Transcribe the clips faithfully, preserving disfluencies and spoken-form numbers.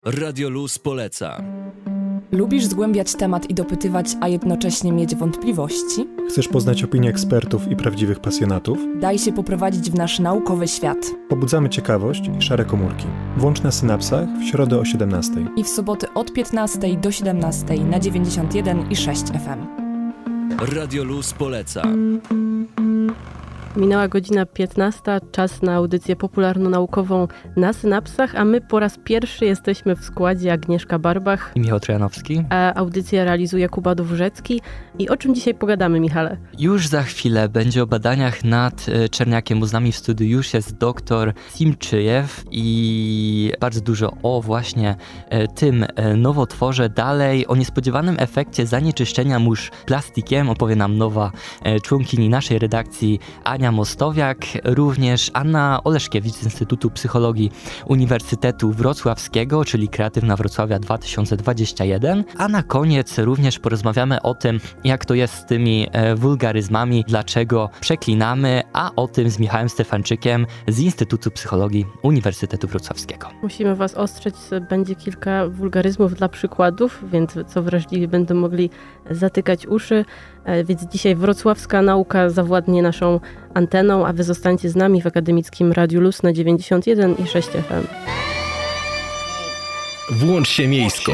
Radio Luz poleca. Lubisz zgłębiać temat i dopytywać, a jednocześnie mieć wątpliwości? Chcesz poznać opinie ekspertów i prawdziwych pasjonatów? Daj się poprowadzić w nasz naukowy świat. Pobudzamy ciekawość i szare komórki. Włącz na Synapsach w środę o siedemnastej. I w soboty od piętnastej do siedemnastej na dziewięćdziesiąt jeden i sześć F M. Radio Luz poleca. Minęła godzina piętnasta, czas na audycję popularno-naukową na Synapsach, a my po raz pierwszy jesteśmy w składzie Agnieszka Barbach i Michał Trojanowski. A audycję realizuje Kuba Dowórzecki. I o czym dzisiaj pogadamy, Michale? Już za chwilę będzie o badaniach nad czerniakiem, bo z nami w studiu już jest doktor Simczyjew i bardzo dużo o właśnie tym nowotworze. Dalej o niespodziewanym efekcie zanieczyszczenia mórz plastikiem opowie nam nowa członkini naszej redakcji Ania Mostowiak, również Anna Oleszkiewicz z Instytutu Psychologii Uniwersytetu Wrocławskiego, czyli Kreatywna Wrocławia dwa tysiące dwudziesty pierwszy. A na koniec również porozmawiamy o tym, jak to jest z tymi e, wulgaryzmami, dlaczego przeklinamy, a o tym z Michałem Stefanczykiem z Instytutu Psychologii Uniwersytetu Wrocławskiego. Musimy was ostrzec, będzie kilka wulgaryzmów dla przykładów, więc co wrażliwi będą mogli zatykać uszy. Więc dzisiaj wrocławska nauka zawładnie naszą anteną, a wy zostańcie z nami w Akademickim Radiu Luz na dziewięćdziesiąt jeden i sześć F M. Włącz się miejsko.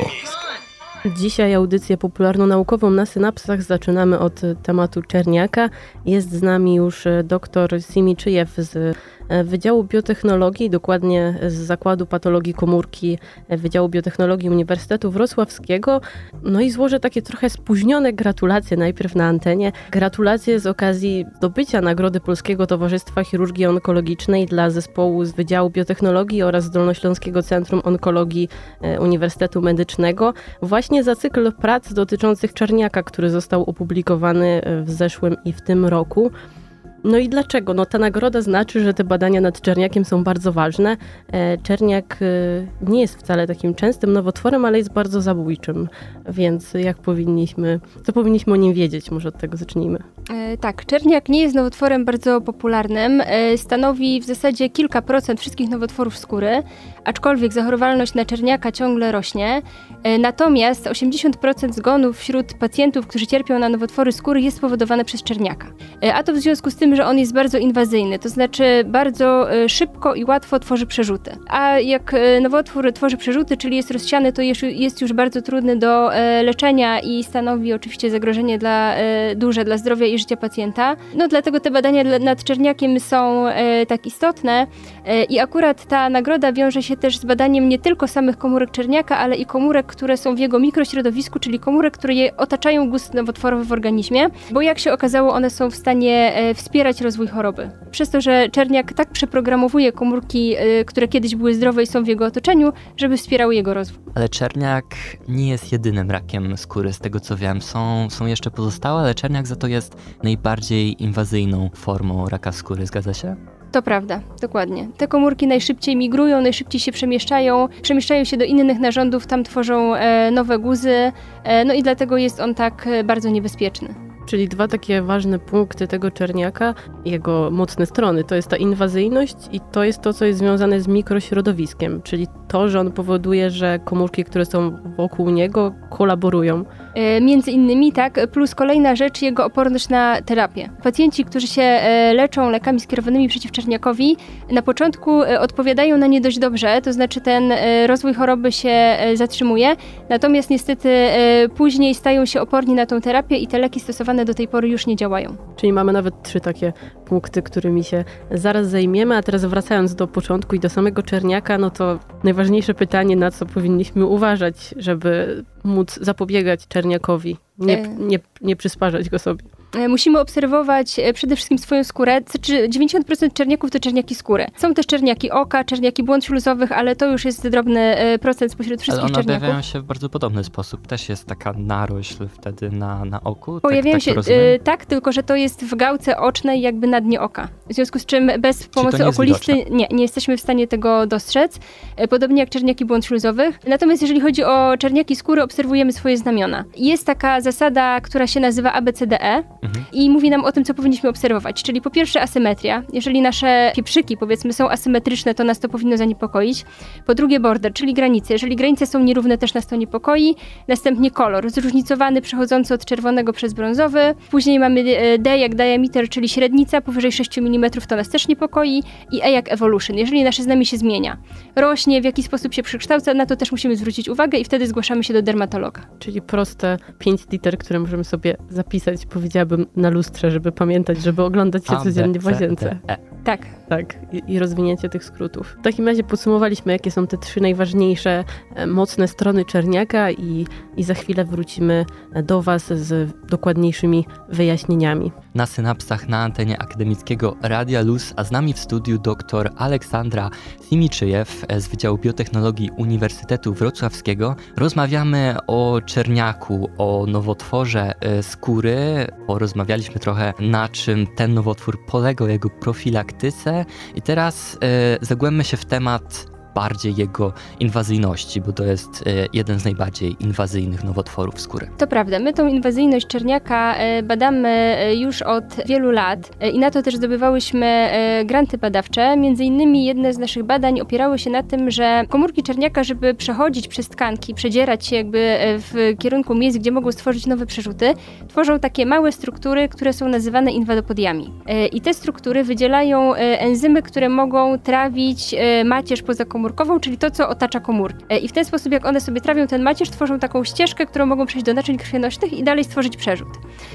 Dzisiaj audycję popularno-naukową na Synapsach zaczynamy od tematu czerniaka. Jest z nami już dr Simczyjew z Wydziału Biotechnologii, dokładnie z Zakładu Patologii Komórki Wydziału Biotechnologii Uniwersytetu Wrocławskiego. No i złożę takie trochę spóźnione gratulacje najpierw na antenie. Gratulacje z okazji zdobycia Nagrody Polskiego Towarzystwa Chirurgii Onkologicznej dla zespołu z Wydziału Biotechnologii oraz Dolnośląskiego Centrum Onkologii Uniwersytetu Medycznego. Właśnie za cykl prac dotyczących czerniaka, który został opublikowany w zeszłym i w tym roku. No i dlaczego? No ta nagroda znaczy, że te badania nad czerniakiem są bardzo ważne. Czerniak nie jest wcale takim częstym nowotworem, ale jest bardzo zabójczym, więc jak powinniśmy, co powinniśmy o nim wiedzieć? Może od tego zacznijmy. E, tak, czerniak nie jest nowotworem bardzo popularnym. E, stanowi w zasadzie kilka procent wszystkich nowotworów skóry, aczkolwiek zachorowalność na czerniaka ciągle rośnie. E, natomiast osiemdziesiąt procent zgonów wśród pacjentów, którzy cierpią na nowotwory skóry, jest spowodowane przez czerniaka. E, a to w związku z tym, że on jest bardzo inwazyjny, to znaczy bardzo szybko i łatwo tworzy przerzuty. A jak nowotwór tworzy przerzuty, czyli jest rozsiany, to jest już bardzo trudny do leczenia i stanowi oczywiście zagrożenie dla, duże dla zdrowia i życia pacjenta. No dlatego te badania nad czerniakiem są tak istotne i akurat ta nagroda wiąże się też z badaniem nie tylko samych komórek czerniaka, ale i komórek, które są w jego mikrośrodowisku, czyli komórek, które je otaczają guz nowotworowy w organizmie, bo jak się okazało, one są w stanie wspierać rozwój choroby. Przez to, że czerniak tak przeprogramowuje komórki, y, które kiedyś były zdrowe i są w jego otoczeniu, żeby wspierały jego rozwój. Ale czerniak nie jest jedynym rakiem skóry, z tego co wiem. Są, są jeszcze pozostałe, ale czerniak za to jest najbardziej inwazyjną formą raka skóry, zgadza się? To prawda, dokładnie. Te komórki najszybciej migrują, najszybciej się przemieszczają, przemieszczają się do innych narządów, tam tworzą e, nowe guzy, e, no i dlatego jest on tak e, bardzo niebezpieczny. Czyli dwa takie ważne punkty tego czerniaka, jego mocne strony, to jest ta inwazyjność i to jest to, co jest związane z mikrośrodowiskiem, czyli to, że on powoduje, że komórki, które są wokół niego, kolaborują. E, między innymi, tak, plus kolejna rzecz, jego oporność na terapię. Pacjenci, którzy się e, leczą lekami skierowanymi przeciw czerniakowi, na początku e, odpowiadają na nie dość dobrze, to znaczy ten e, rozwój choroby się e, zatrzymuje, natomiast niestety e, później stają się oporni na tą terapię i te leki stosowane do tej pory już nie działają. Czyli mamy nawet trzy takie punkty, którymi się zaraz zajmiemy, a teraz wracając do początku i do samego czerniaka, no to najważniejsze pytanie, na co powinniśmy uważać, żeby móc zapobiegać czerniakowi, nie, nie, nie przysparzać go sobie. Musimy obserwować przede wszystkim swoją skórę. Znaczy dziewięćdziesiąt procent czerniaków to czerniaki skóry. Są też czerniaki oka, czerniaki błąd śluzowych, ale to już jest drobny procent spośród wszystkich czerniaków. Ale one objawiają się w bardzo podobny sposób. Też jest taka narośl wtedy na, na oku. Pojawiają tak, tak się, y, tak, tylko że to jest w gałce ocznej jakby na dnie oka. W związku z czym bez pomocy okulisty nie, nie jesteśmy w stanie tego dostrzec. Podobnie jak czerniaki błąd śluzowych. Natomiast jeżeli chodzi o czerniaki skóry, obserwujemy swoje znamiona. Jest taka zasada, która się nazywa A B C D E Mhm. i mówi nam o tym, co powinniśmy obserwować. Czyli po pierwsze asymetria. Jeżeli nasze pieprzyki, powiedzmy, są asymetryczne, to nas to powinno zaniepokoić. Po drugie border, czyli granice. Jeżeli granice są nierówne, też nas to niepokoi. Następnie kolor, zróżnicowany, przechodzący od czerwonego przez brązowy. Później mamy D jak diameter, czyli średnica, powyżej sześć milimetrów, to nas też niepokoi. I E jak evolution, jeżeli nasze znamie się zmienia. Rośnie, w jaki sposób się przekształca, na to też musimy zwrócić uwagę i wtedy zgłaszamy się do dermatologa. Czyli proste pięć liter, które możemy sobie zapisać, powiedziałabym, na lustrze, żeby pamiętać, żeby oglądać się A, codziennie w B, C, łazience. D, E. Tak. Tak, i, i rozwinięcie tych skrótów. W takim razie podsumowaliśmy, jakie są te trzy najważniejsze, e, mocne strony czerniaka i, i za chwilę wrócimy do Was z dokładniejszymi wyjaśnieniami. Na synapsach na antenie akademickiego Radia Luz, a z nami w studiu dr Aleksandra Simiczyjew z Wydziału Biotechnologii Uniwersytetu Wrocławskiego. Rozmawiamy o czerniaku, o nowotworze e, skóry. Porozmawialiśmy trochę, na czym ten nowotwór polega, o jego profilaktyce. I teraz e, zagłębmy się w temat bardziej jego inwazyjności, bo to jest e, jeden z najbardziej inwazyjnych nowotworów skóry. To prawda, my tą inwazyjność czerniaka e, badamy e, już od wielu lat e, i na to też zdobywałyśmy e, granty badawcze. Między innymi jedne z naszych badań opierały się na tym, że komórki czerniaka, żeby przechodzić przez tkanki, przedzierać się jakby e, w kierunku miejsc, gdzie mogą stworzyć nowe przerzuty, tworzą takie małe struktury, które są nazywane inwadopodiami. E, I te struktury wydzielają e, enzymy, które mogą trawić e, macierz pozakomórkową, czyli to, co otacza komórki. I w ten sposób, jak one sobie trawią ten macierz, tworzą taką ścieżkę, którą mogą przejść do naczyń krwionośnych i dalej stworzyć przerzut.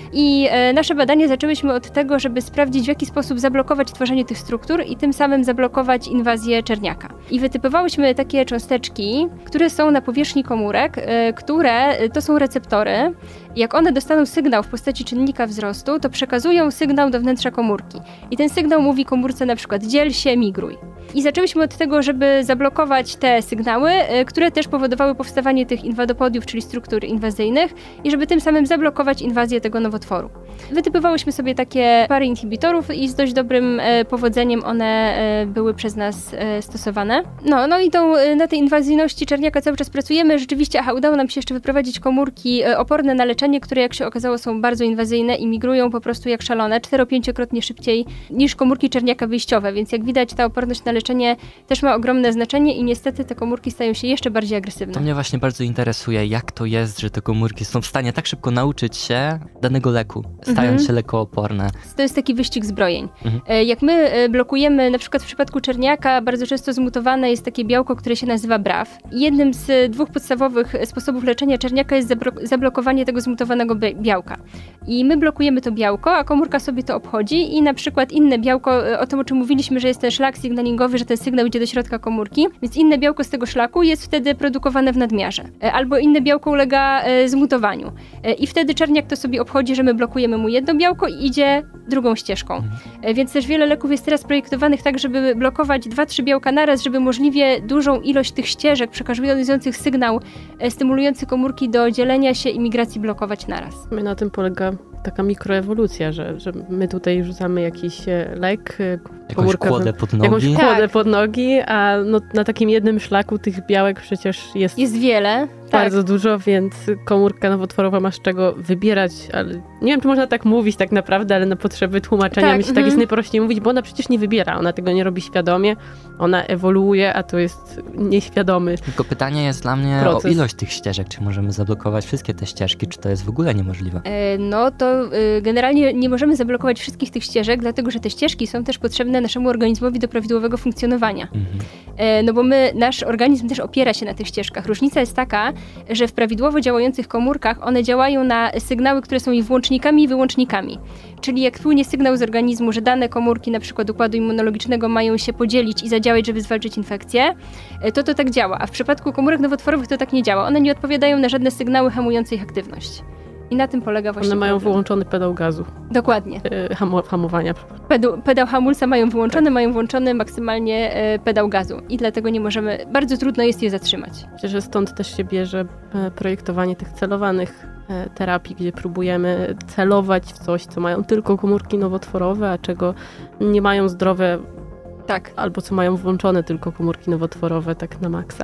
I e, nasze badanie zaczęłyśmy od tego, żeby sprawdzić, w jaki sposób zablokować tworzenie tych struktur i tym samym zablokować inwazję czerniaka. I wytypowałyśmy takie cząsteczki, które są na powierzchni komórek, e, które to są receptory. Jak one dostaną sygnał w postaci czynnika wzrostu, to przekazują sygnał do wnętrza komórki. I ten sygnał mówi komórce na przykład dziel się, migruj. I zaczęłyśmy od tego, żeby zablokować te sygnały, które też powodowały powstawanie tych inwadopodiów, czyli struktur inwazyjnych i żeby tym samym zablokować inwazję tego nowotworu. Wytypowałyśmy sobie takie pary inhibitorów i z dość dobrym e, powodzeniem one e, były przez nas e, stosowane. No, no i tą, e, na tej inwazyjności czerniaka cały czas pracujemy. Rzeczywiście, aha, udało nam się jeszcze wyprowadzić komórki e, oporne na leczenie, które jak się okazało są bardzo inwazyjne i migrują po prostu jak szalone, cztero-pięciokrotnie szybciej niż komórki czerniaka wyjściowe, więc jak widać ta oporność na leczenie też ma ogromne znaczenie i niestety te komórki stają się jeszcze bardziej agresywne. To mnie właśnie bardzo interesuje, jak to jest, że te komórki są w stanie tak szybko nauczyć się danego leku, stając Mhm. się lekooporne. To jest taki wyścig zbrojeń. Mhm. E, Jak my e, blokujemy, na przykład w przypadku czerniaka, bardzo często zmutowane jest takie białko, które się nazywa B R A F. I jednym z e, dwóch podstawowych sposobów leczenia czerniaka jest zabro- zablokowanie tego zmutowanego bi- białka. I my blokujemy to białko, a komórka sobie to obchodzi i na przykład inne białko, e, o tym o czym mówiliśmy, że jest ten szlak sygnalingowy, że ten sygnał idzie do środka komórki, więc inne białko z tego szlaku jest wtedy produkowane w nadmiarze. E, Albo inne białko ulega e, zmutowaniu. E, I wtedy czerniak to sobie obchodzi, że my blokujemy mu jedno białko i idzie drugą ścieżką. Mhm. E, Więc też wiele leków jest teraz projektowanych tak, żeby blokować dwa, trzy białka naraz, żeby możliwie dużą ilość tych ścieżek przekazujących sygnał e, stymulujący komórki do dzielenia się i migracji blokować naraz. My na tym polega taka mikroewolucja, że, że my tutaj rzucamy jakiś e, lek, e, Jakąś komórka kłodę wy- pod jakąś nogi. kłodę Tak. pod nogi, a no, na takim jednym szlaku tych białek przecież jest, Jest wiele. bardzo dużo, więc komórka nowotworowa ma z czego wybierać, ale nie wiem, czy można tak mówić tak naprawdę, ale na potrzeby tłumaczenia Tak, myślę, tak mhm. jest najprościej mówić, bo ona przecież nie wybiera, ona tego nie robi świadomie, ona ewoluuje, a to jest nieświadomy. Tylko pytanie jest dla mnie Proces. o ilość tych ścieżek. Czy możemy zablokować wszystkie te ścieżki, czy to jest w ogóle niemożliwe? E, No to y, generalnie nie możemy zablokować wszystkich tych ścieżek, dlatego że te ścieżki są też potrzebne naszemu organizmowi do prawidłowego funkcjonowania. Mhm. E, No bo my, nasz organizm też opiera się na tych ścieżkach. Różnica jest taka, że w prawidłowo działających komórkach one działają na sygnały, które są ich włącznikami i wyłącznikami. Czyli jak płynie sygnał z organizmu, że dane komórki na przykład układu immunologicznego mają się podzielić i zadziałać, żeby zwalczyć infekcję, e, to to tak działa. A w przypadku komórek nowotworowych to tak nie działa. One nie odpowiadają na żadne sygnały hamujące ich aktywność. I na tym polega właśnie One mają problem. wyłączony pedał gazu, Dokładnie. e, hamu- hamowania. Pedał, pedał hamulca mają wyłączony, mają włączony maksymalnie e, pedał gazu i dlatego nie możemy, bardzo trudno jest je zatrzymać. Myślę, że stąd też się bierze e, projektowanie tych celowanych e, terapii, gdzie próbujemy celować w coś, co mają tylko komórki nowotworowe, a czego nie mają zdrowe, Tak. albo co mają włączone tylko komórki nowotworowe, tak na maksa.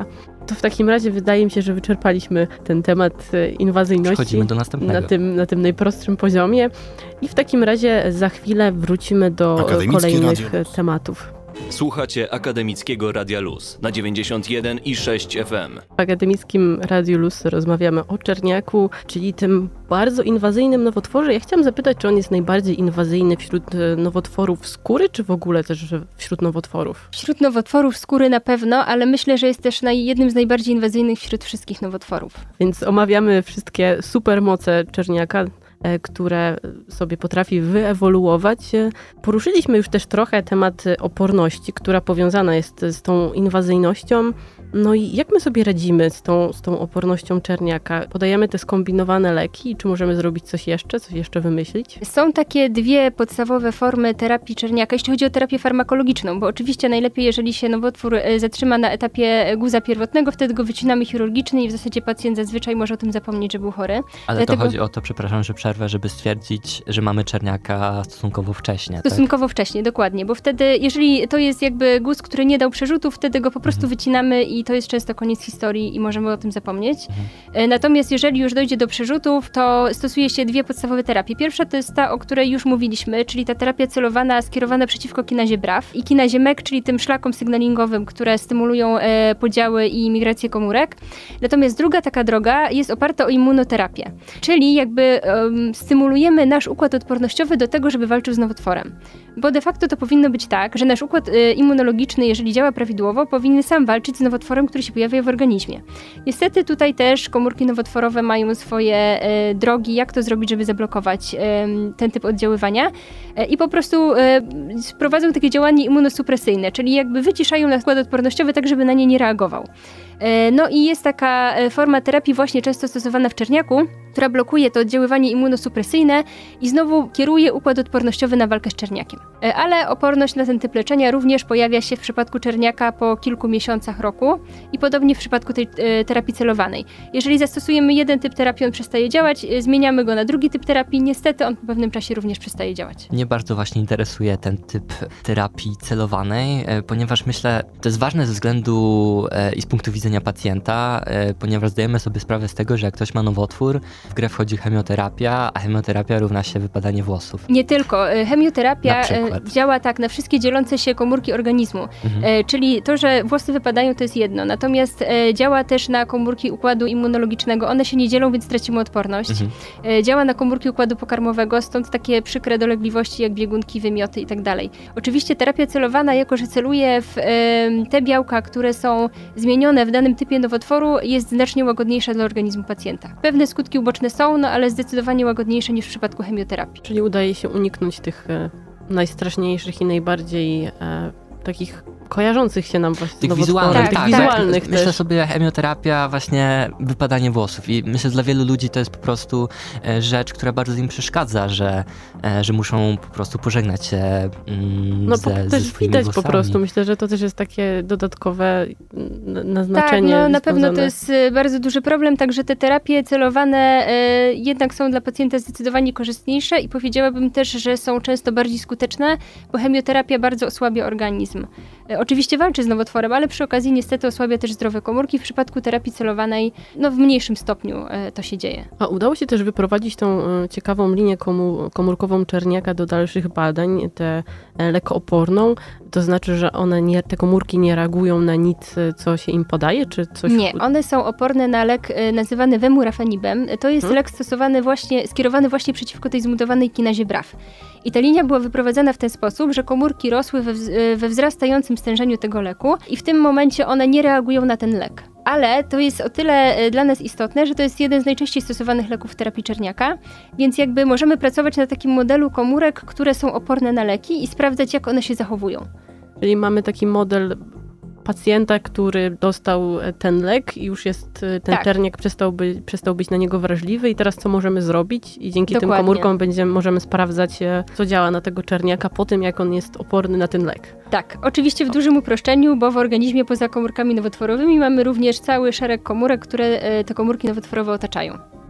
To w takim razie wydaje mi się, że wyczerpaliśmy ten temat inwazyjności. Przechodzimy do następnego. Na tym, na tym najprostszym poziomie. I w takim razie za chwilę wrócimy do Akademickie kolejnych Radio Luz. tematów. Słuchacie Akademickiego Radia Luz na dziewięćdziesiąt jeden i sześć F M. W Akademickim Radiu Luz rozmawiamy o czerniaku, czyli tym bardzo inwazyjnym nowotworze. Ja chciałam zapytać, czy on jest najbardziej inwazyjny wśród nowotworów skóry, czy w ogóle też wśród nowotworów? Wśród nowotworów skóry na pewno, ale myślę, że jest też naj, jednym z najbardziej inwazyjnych wśród wszystkich nowotworów. Więc omawiamy wszystkie supermoce czerniaka, które sobie potrafi wyewoluować. Poruszyliśmy już też trochę temat oporności, która powiązana jest z tą inwazyjnością. No i jak my sobie radzimy z tą, z tą opornością czerniaka? Podajemy te skombinowane leki, czy możemy zrobić coś jeszcze, coś jeszcze wymyślić? Są takie dwie podstawowe formy terapii czerniaka, jeśli chodzi o terapię farmakologiczną, bo oczywiście najlepiej, jeżeli się nowotwór zatrzyma na etapie guza pierwotnego, wtedy go wycinamy chirurgicznie i w zasadzie pacjent zazwyczaj może o tym zapomnieć, że był chory. Ale Dlatego... to chodzi o to, przepraszam, że przerwę, żeby stwierdzić, że mamy czerniaka stosunkowo wcześnie. Stosunkowo tak? wcześnie, dokładnie, bo wtedy, jeżeli to jest jakby guz, który nie dał przerzutu, wtedy go po prostu mhm. wycinamy i to jest często koniec historii i możemy o tym zapomnieć. Mhm. Natomiast jeżeli już dojdzie do przerzutów, to stosuje się dwie podstawowe terapie. Pierwsza to jest ta, o której już mówiliśmy, czyli ta terapia celowana, skierowana przeciwko kinazie B R A F i kinazie M E K, czyli tym szlakom sygnalingowym, które stymulują e, podziały i migrację komórek. Natomiast druga taka droga jest oparta o immunoterapię, czyli jakby um, stymulujemy nasz układ odpornościowy do tego, żeby walczył z nowotworem. Bo de facto to powinno być tak, że nasz układ e, immunologiczny, jeżeli działa prawidłowo, powinien sam walczyć z nowotworem, który się pojawia w organizmie. Niestety tutaj też komórki nowotworowe mają swoje e, drogi, jak to zrobić, żeby zablokować e, ten typ oddziaływania e, i po prostu e, prowadzą takie działanie immunosupresyjne, czyli jakby wyciszają nasz układ odpornościowy tak, żeby na nie nie reagował. E, no i jest taka e, forma terapii właśnie często stosowana w czerniaku, która blokuje to oddziaływanie immunosupresyjne i znowu kieruje układ odpornościowy na walkę z czerniakiem. E, ale oporność na ten typ leczenia również pojawia się w przypadku czerniaka po kilku miesiącach roku i podobnie w przypadku tej e, terapii celowanej. Jeżeli zastosujemy jeden typ terapii, on przestaje działać, e, zmieniamy go na drugi typ terapii, niestety on po pewnym czasie również przestaje działać. Mnie bardzo właśnie interesuje ten typ terapii celowanej, e, ponieważ myślę, to jest ważne ze względu e, i z punktu widzenia pacjenta, e, ponieważ zdajemy sobie sprawę z tego, że jak ktoś ma nowotwór, w grę wchodzi chemioterapia, a chemioterapia równa się wypadanie włosów. Nie tylko. Chemioterapia działa tak na wszystkie dzielące się komórki organizmu. Mhm. Czyli to, że włosy wypadają, to jest jedno. Natomiast działa też na komórki układu immunologicznego. One się nie dzielą, więc tracimy odporność. Mhm. Działa na komórki układu pokarmowego, stąd takie przykre dolegliwości jak biegunki, wymioty i tak dalej. Oczywiście terapia celowana, jako że celuje w te białka, które są zmienione w danym typie nowotworu, jest znacznie łagodniejsza dla organizmu pacjenta. Pewne skutki uboczne są, no ale zdecydowanie łagodniejsze niż w przypadku chemioterapii. Czyli udaje się uniknąć tych e, najstraszniejszych i najbardziej e, takich kojarzących się nam właśnie tych wizualnych, tak, tych tak, wizualnych tak. też. Myślę sobie chemioterapia, właśnie wypadanie włosów i myślę, że dla wielu ludzi to jest po prostu e, rzecz, która bardzo im przeszkadza, że, e, że muszą po prostu pożegnać się mm, no, ze, po, ze też swoimi widać włosami. po prostu. Myślę, że to też jest takie dodatkowe naznaczenie. Tak, no na pewno związane. to jest bardzo duży problem, także te terapie celowane e, jednak są dla pacjenta zdecydowanie korzystniejsze i powiedziałabym też, że są często bardziej skuteczne, bo chemioterapia bardzo osłabia organizm. E, oczywiście walczy z nowotworem, ale przy okazji niestety osłabia też zdrowe komórki. W przypadku terapii celowanej, no w mniejszym stopniu e, to się dzieje. A udało się też wyprowadzić tą e, ciekawą linię komu, komórkową czerniaka do dalszych badań, tę e, lekooporną. To znaczy, że one nie, te komórki nie reagują na nic, co się im podaje, czy coś? Nie, one są oporne na lek e, nazywany vemurafenibem. To jest hmm? lek stosowany właśnie, skierowany właśnie przeciwko tej zmutowanej kinazie B R A F. I ta linia była wyprowadzana w ten sposób, że komórki rosły we, we wzrastającym stężeniu tego leku i w tym momencie one nie reagują na ten lek. Ale to jest o tyle dla nas istotne, że to jest jeden z najczęściej stosowanych leków w terapii czerniaka, więc jakby możemy pracować na takim modelu komórek, które są oporne na leki i sprawdzać, jak one się zachowują. Czyli mamy taki model pacjenta, który dostał ten lek i już jest, ten tak. czerniak przestał, by, przestał być na niego wrażliwy i teraz co możemy zrobić? I dzięki Dokładnie. tym komórkom będziemy, możemy sprawdzać, co działa na tego czerniaka po tym, jak on jest oporny na ten lek. Tak, oczywiście w dużym uproszczeniu, bo w organizmie poza komórkami nowotworowymi mamy również cały szereg komórek, które te komórki nowotworowe otaczają.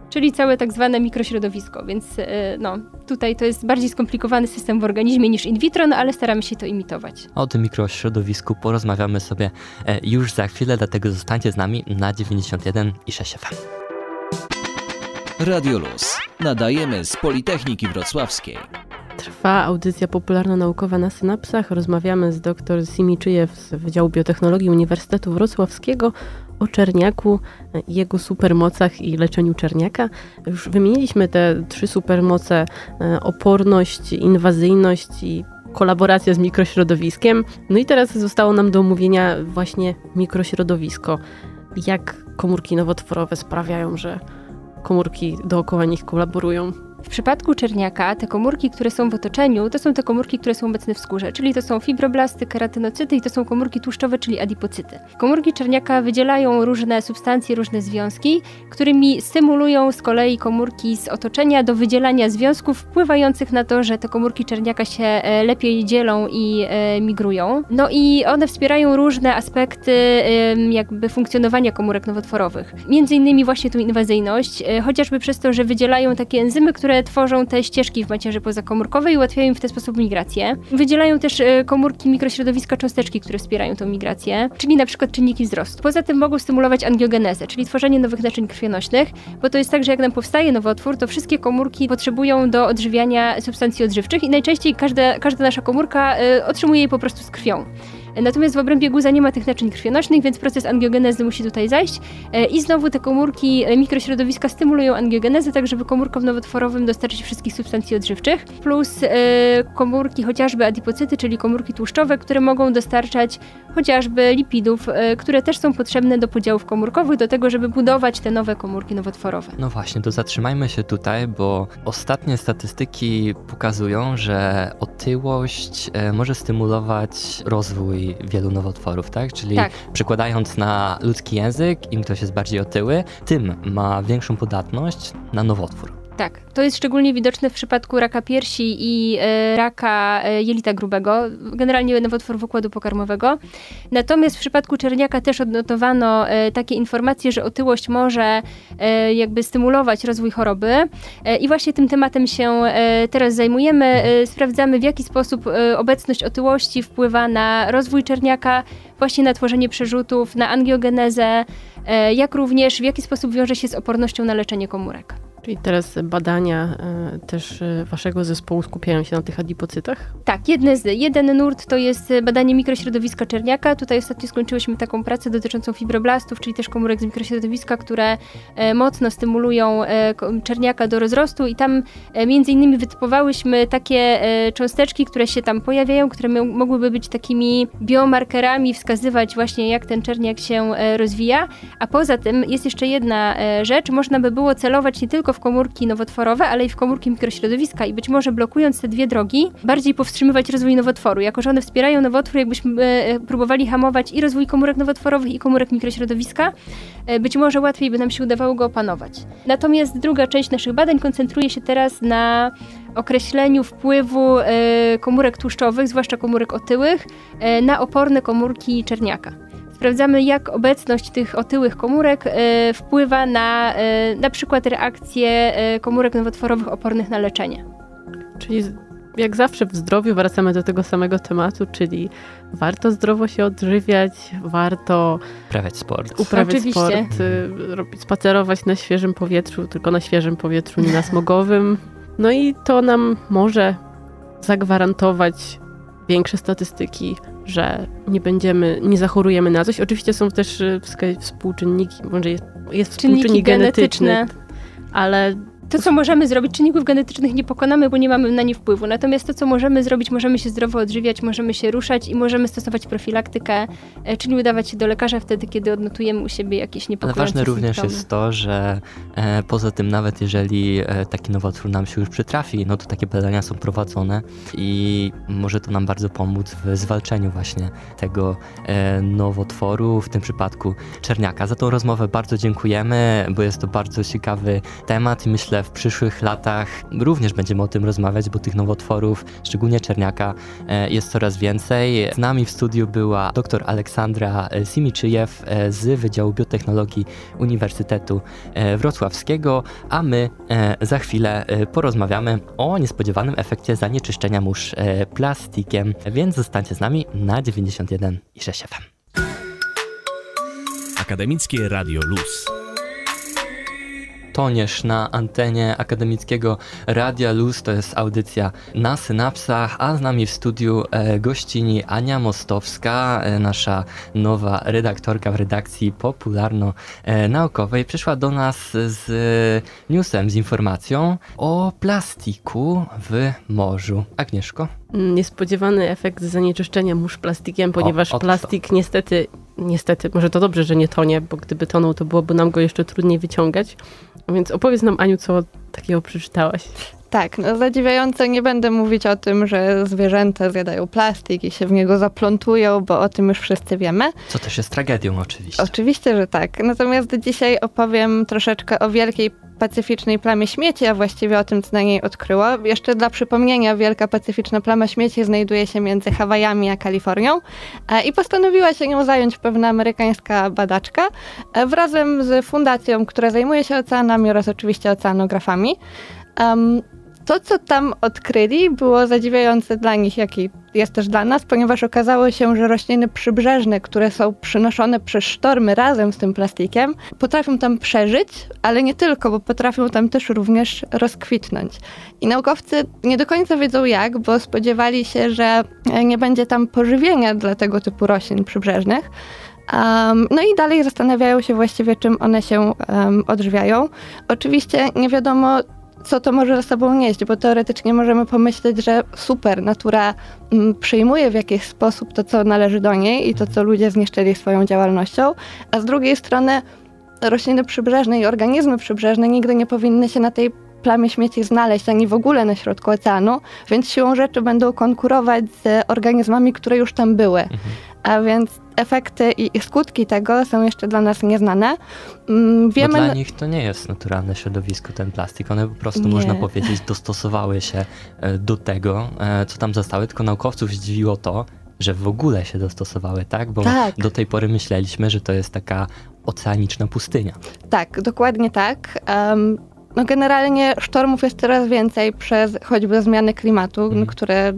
czyli całe tak zwane mikrośrodowisko, więc no, tutaj to jest bardziej skomplikowany system w organizmie niż in vitro, no ale staramy się to imitować. O tym mikrośrodowisku porozmawiamy sobie już za chwilę, dlatego zostańcie z nami na dziewięćdziesiąt jeden i sześć F M. Radio Luz. Nadajemy z Politechniki Wrocławskiej. Trwa audycja popularno-naukowa na synapsach. Rozmawiamy z dr Simiczyjew z Wydziału Biotechnologii Uniwersytetu Wrocławskiego o czerniaku, jego supermocach i leczeniu czerniaka. Już wymieniliśmy te trzy supermoce: oporność, inwazyjność i kolaboracja z mikrośrodowiskiem. No i teraz zostało nam do omówienia właśnie mikrośrodowisko. Jak komórki nowotworowe sprawiają, że komórki dookoła nich kolaborują? W przypadku czerniaka te komórki, które są w otoczeniu, to są te komórki, które są obecne w skórze, czyli to są fibroblasty, keratynocyty i to są komórki tłuszczowe, czyli adipocyty. Komórki czerniaka wydzielają różne substancje, różne związki, którymi stymulują z kolei komórki z otoczenia do wydzielania związków wpływających na to, że te komórki czerniaka się lepiej dzielą i migrują. No i one wspierają różne aspekty jakby funkcjonowania komórek nowotworowych. Między innymi właśnie tą inwazyjność, chociażby przez to, że wydzielają takie enzymy, które tworzą te ścieżki w macierzy pozakomórkowej i ułatwiają im w ten sposób migrację. Wydzielają też komórki mikrośrodowiska cząsteczki, które wspierają tę migrację, czyli na przykład czynniki wzrostu. Poza tym mogą stymulować angiogenezę, czyli tworzenie nowych naczyń krwionośnych, bo to jest tak, że jak nam powstaje nowotwór, to wszystkie komórki potrzebują do odżywiania substancji odżywczych i najczęściej każda, każda nasza komórka y, otrzymuje je po prostu z krwią. Natomiast w obrębie guza nie ma tych naczyń krwionośnych, więc proces angiogenezy musi tutaj zajść i znowu te komórki mikrośrodowiska stymulują angiogenezę, tak żeby komórkom nowotworowym dostarczyć wszystkich substancji odżywczych, plus komórki chociażby adipocyty, czyli komórki tłuszczowe, które mogą dostarczać chociażby lipidów, które też są potrzebne do podziałów komórkowych, do tego, żeby budować te nowe komórki nowotworowe. No właśnie, to zatrzymajmy się tutaj, bo ostatnie statystyki pokazują, że otyłość może stymulować rozwój wielu nowotworów, tak? Czyli tak. Przekładając na ludzki język, im ktoś jest bardziej otyły, tym ma większą podatność na nowotwór. Tak, to jest szczególnie widoczne w przypadku raka piersi i e, raka e, jelita grubego, generalnie nowotworów układu pokarmowego. Natomiast w przypadku czerniaka też odnotowano e, takie informacje, że otyłość może e, jakby stymulować rozwój choroby e, i właśnie tym tematem się e, teraz zajmujemy. E, sprawdzamy, w jaki sposób e, obecność otyłości wpływa na rozwój czerniaka, właśnie na tworzenie przerzutów, na angiogenezę, e, jak również w jaki sposób wiąże się z opornością na leczenie komórek. Czyli teraz badania y, też y, waszego zespołu skupiają się na tych adipocytach? Tak, jedne z, jeden nurt to jest badanie mikrośrodowiska czerniaka. Tutaj ostatnio skończyłyśmy taką pracę dotyczącą fibroblastów, czyli też komórek z mikrośrodowiska, które e, mocno stymulują e, czerniaka do rozrostu i tam e, między innymi wytypowałyśmy takie e, cząsteczki, które się tam pojawiają, które m- mogłyby być takimi biomarkerami, wskazywać właśnie jak ten czerniak się e, rozwija. A poza tym jest jeszcze jedna e, rzecz, można by było celować nie tylko w komórki nowotworowe, ale i w komórki mikrośrodowiska i być może blokując te dwie drogi, bardziej powstrzymywać rozwój nowotworu. Jako że one wspierają nowotwór, jakbyśmy e, próbowali hamować i rozwój komórek nowotworowych i komórek mikrośrodowiska, e, być może łatwiej by nam się udawało go opanować. Natomiast druga część naszych badań koncentruje się teraz na określeniu wpływu e, komórek tłuszczowych, zwłaszcza komórek otyłych, e, na oporne komórki czerniaka. Sprawdzamy, jak obecność tych otyłych komórek e, wpływa na e, na przykład reakcje e, komórek nowotworowych opornych na leczenie. Czyli jak zawsze w zdrowiu wracamy do tego samego tematu, czyli warto zdrowo się odżywiać, warto Uprawiać sport. uprawiać Oczywiście. sport, y, robić, spacerować na świeżym powietrzu, tylko na świeżym powietrzu, nie na smogowym. No i to nam może zagwarantować większe statystyki, że nie będziemy, nie zachorujemy na coś. Oczywiście są też wska- współczynniki, może jest, jest Czynniki współczynnik genetyczny, genetyczne. ale To, co możemy zrobić, czynników genetycznych nie pokonamy, bo nie mamy na nie wpływu. Natomiast to, co możemy zrobić, możemy się zdrowo odżywiać, możemy się ruszać i możemy stosować profilaktykę, e, czyli udawać się do lekarza wtedy, kiedy odnotujemy u siebie jakieś Ale niepokojące ważne również symptomy. jest to, że e, poza tym nawet jeżeli e, taki nowotwór nam się już przytrafi, no to takie badania są prowadzone i może to nam bardzo pomóc w zwalczeniu właśnie tego e, nowotworu, w tym przypadku czerniaka. Za tą rozmowę bardzo dziękujemy, bo jest to bardzo ciekawy temat i myślę w przyszłych latach również będziemy o tym rozmawiać, bo tych nowotworów, szczególnie czerniaka, jest coraz więcej. Z nami w studiu była dr Aleksandra Simiczyjew z Wydziału Biotechnologii Uniwersytetu Wrocławskiego, a my za chwilę porozmawiamy o niespodziewanym efekcie zanieczyszczenia mórz plastikiem, więc zostańcie z nami na dziewięćdziesiąt jeden i sześć F M. Akademickie Radio Luz. Toniesz na antenie Akademickiego Radia Luz, to jest audycja na synapsach, a z nami w studiu e, gościni Ania Mostowska, e, nasza nowa redaktorka w redakcji popularno-naukowej. Przyszła do nas z e, newsem, z informacją o plastiku w morzu. Agnieszko? Niespodziewany efekt zanieczyszczenia mórz plastikiem, ponieważ o, plastik niestety, niestety, może to dobrze, że nie tonie, bo gdyby tonął, to byłoby nam go jeszcze trudniej wyciągać. Więc opowiedz nam, Aniu, co takiego przeczytałaś. Tak, no zadziwiająco nie będę mówić o tym, że zwierzęta zjadają plastik i się w niego zaplątują, bo o tym już wszyscy wiemy. Co też jest tragedią oczywiście. Oczywiście, że tak. Natomiast dzisiaj opowiem troszeczkę o wielkiej pacyficznej plamie śmieci, a właściwie o tym, co na niej odkryło. Jeszcze dla przypomnienia, wielka pacyficzna plama śmieci znajduje się między Hawajami a Kalifornią i postanowiła się nią zająć pewna amerykańska badaczka wrazem z fundacją, która zajmuje się oceanami oraz oczywiście oceanografami. Um, To, co tam odkryli, było zadziwiające dla nich, jak i jest też dla nas, ponieważ okazało się, że rośliny przybrzeżne, które są przynoszone przez sztormy razem z tym plastikiem, potrafią tam przeżyć, ale nie tylko, bo potrafią tam też również rozkwitnąć. I naukowcy nie do końca wiedzą jak, bo spodziewali się, że nie będzie tam pożywienia dla tego typu roślin przybrzeżnych. Um, no i dalej zastanawiają się właściwie, czym one się um, odżywiają. Oczywiście nie wiadomo, co to może ze sobą nieść, bo teoretycznie możemy pomyśleć, że super, natura m, przyjmuje w jakiś sposób to, co należy do niej i to, co ludzie zniszczyli swoją działalnością, a z drugiej strony rośliny przybrzeżne i organizmy przybrzeżne nigdy nie powinny się na tej plamie śmieci znaleźć, ani w ogóle na środku oceanu, więc siłą rzeczy będą konkurować z organizmami, które już tam były. Mhm. A więc efekty i skutki tego są jeszcze dla nas nieznane. Wiemy... Bo dla nich to nie jest naturalne środowisko, ten plastik. One po prostu, nie. można powiedzieć, dostosowały się do tego, co tam zostały, tylko naukowców zdziwiło to, że w ogóle się dostosowały, tak? Bo tak. do tej pory myśleliśmy, że to jest taka oceaniczna pustynia. Tak, dokładnie tak. Um, No generalnie sztormów jest coraz więcej przez choćby zmiany klimatu, mm. które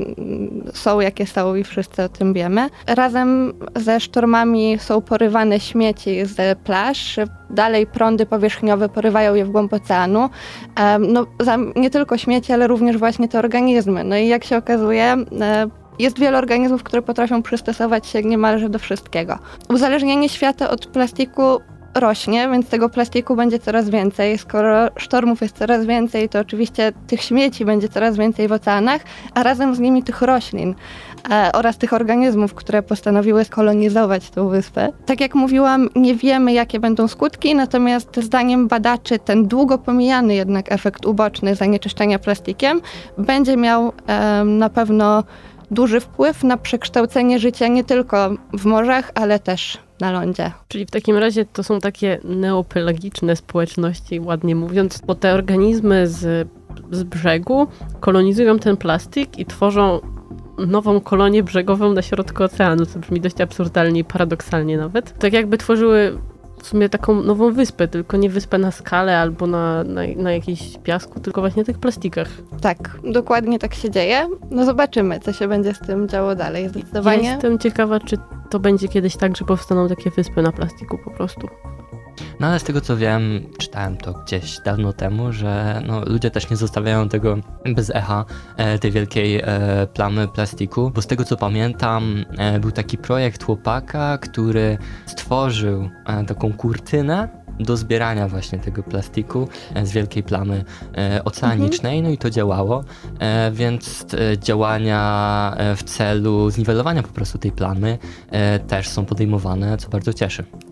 są jakie są i wszyscy o tym wiemy. Razem ze sztormami są porywane śmieci z plaż, dalej prądy powierzchniowe porywają je w głąb oceanu. No, nie tylko śmieci, ale również właśnie te organizmy. No i jak się okazuje, jest wiele organizmów, które potrafią przystosować się niemalże do wszystkiego. Uzależnienie świata od plastiku rośnie, więc tego plastiku będzie coraz więcej. Skoro sztormów jest coraz więcej, to oczywiście tych śmieci będzie coraz więcej w oceanach, a razem z nimi tych roślin e, oraz tych organizmów, które postanowiły skolonizować tą wyspę. Tak jak mówiłam, nie wiemy, jakie będą skutki, natomiast zdaniem badaczy ten długo pomijany jednak efekt uboczny zanieczyszczenia plastikiem będzie miał e, na pewno duży wpływ na przekształcenie życia nie tylko w morzach, ale też na lądzie. Czyli w takim razie to są takie neopelagiczne społeczności, ładnie mówiąc, bo te organizmy z, z brzegu kolonizują ten plastik i tworzą nową kolonię brzegową na środku oceanu, co brzmi dość absurdalnie i paradoksalnie nawet. Tak jakby tworzyły w sumie taką nową wyspę, tylko nie wyspę na skalę albo na, na, na jakimś piasku, tylko właśnie na tych plastikach. Tak, dokładnie tak się dzieje. No zobaczymy, co się będzie z tym działo dalej. Zdecydowanie. Jestem ciekawa, czy to będzie kiedyś tak, że powstaną takie wyspy na plastiku po prostu. No ale z tego co wiem, czytałem to gdzieś dawno temu, że no, ludzie też nie zostawiają tego bez echa, e, tej wielkiej e, plamy plastiku, bo z tego co pamiętam, e, był taki projekt chłopaka, który stworzył e, taką kurtynę do zbierania właśnie tego plastiku e, z wielkiej plamy e, oceanicznej, no i to działało, e, więc e, działania e, w celu zniwelowania po prostu tej plamy e, też są podejmowane, co bardzo cieszy.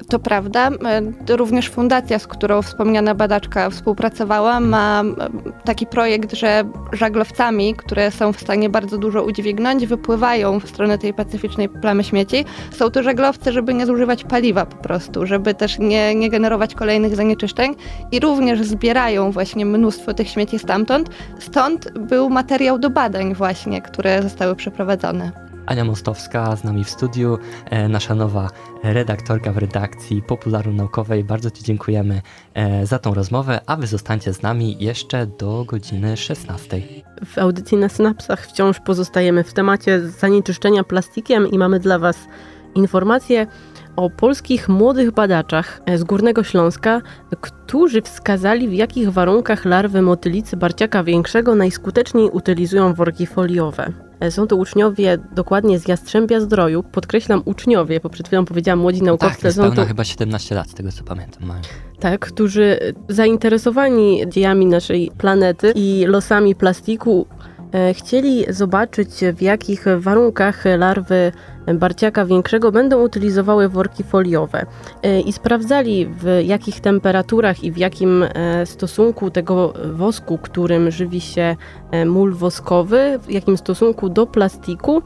To prawda. Również fundacja, z którą wspomniana badaczka współpracowała, ma taki projekt, że żaglowcami, które są w stanie bardzo dużo udźwignąć, wypływają w stronę tej pacyficznej plamy śmieci. Są to żaglowce, żeby nie zużywać paliwa po prostu, żeby też nie, nie generować kolejnych zanieczyszczeń i również zbierają właśnie mnóstwo tych śmieci stamtąd. Stąd był materiał do badań właśnie, które zostały przeprowadzone. Ania Mostowska z nami w studiu, e, nasza nowa redaktorka w redakcji popularno-naukowej. Bardzo Ci dziękujemy e, za tą rozmowę, a Wy zostańcie z nami jeszcze do godziny szesnastej. W audycji na Synapsach wciąż pozostajemy w temacie zanieczyszczenia plastikiem i mamy dla Was informacje o polskich młodych badaczach z Górnego Śląska, którzy wskazali, w jakich warunkach larwy motylicy barciaka większego najskuteczniej utylizują worki foliowe. Są to uczniowie dokładnie z Jastrzębia-Zdroju, podkreślam uczniowie, bo przed chwilą powiedziałam młodzi naukowcy. Tak, jest są pełna to... chyba siedemnaście lat, z tego co pamiętam. Mają. Tak, którzy zainteresowani dziejami naszej planety i losami plastiku e, chcieli zobaczyć, w jakich warunkach larwy barciaka większego będą utylizowały worki foliowe e, i sprawdzali, w jakich temperaturach i w jakim e, stosunku tego wosku, którym żywi się e, mól woskowy, w jakim stosunku do plastiku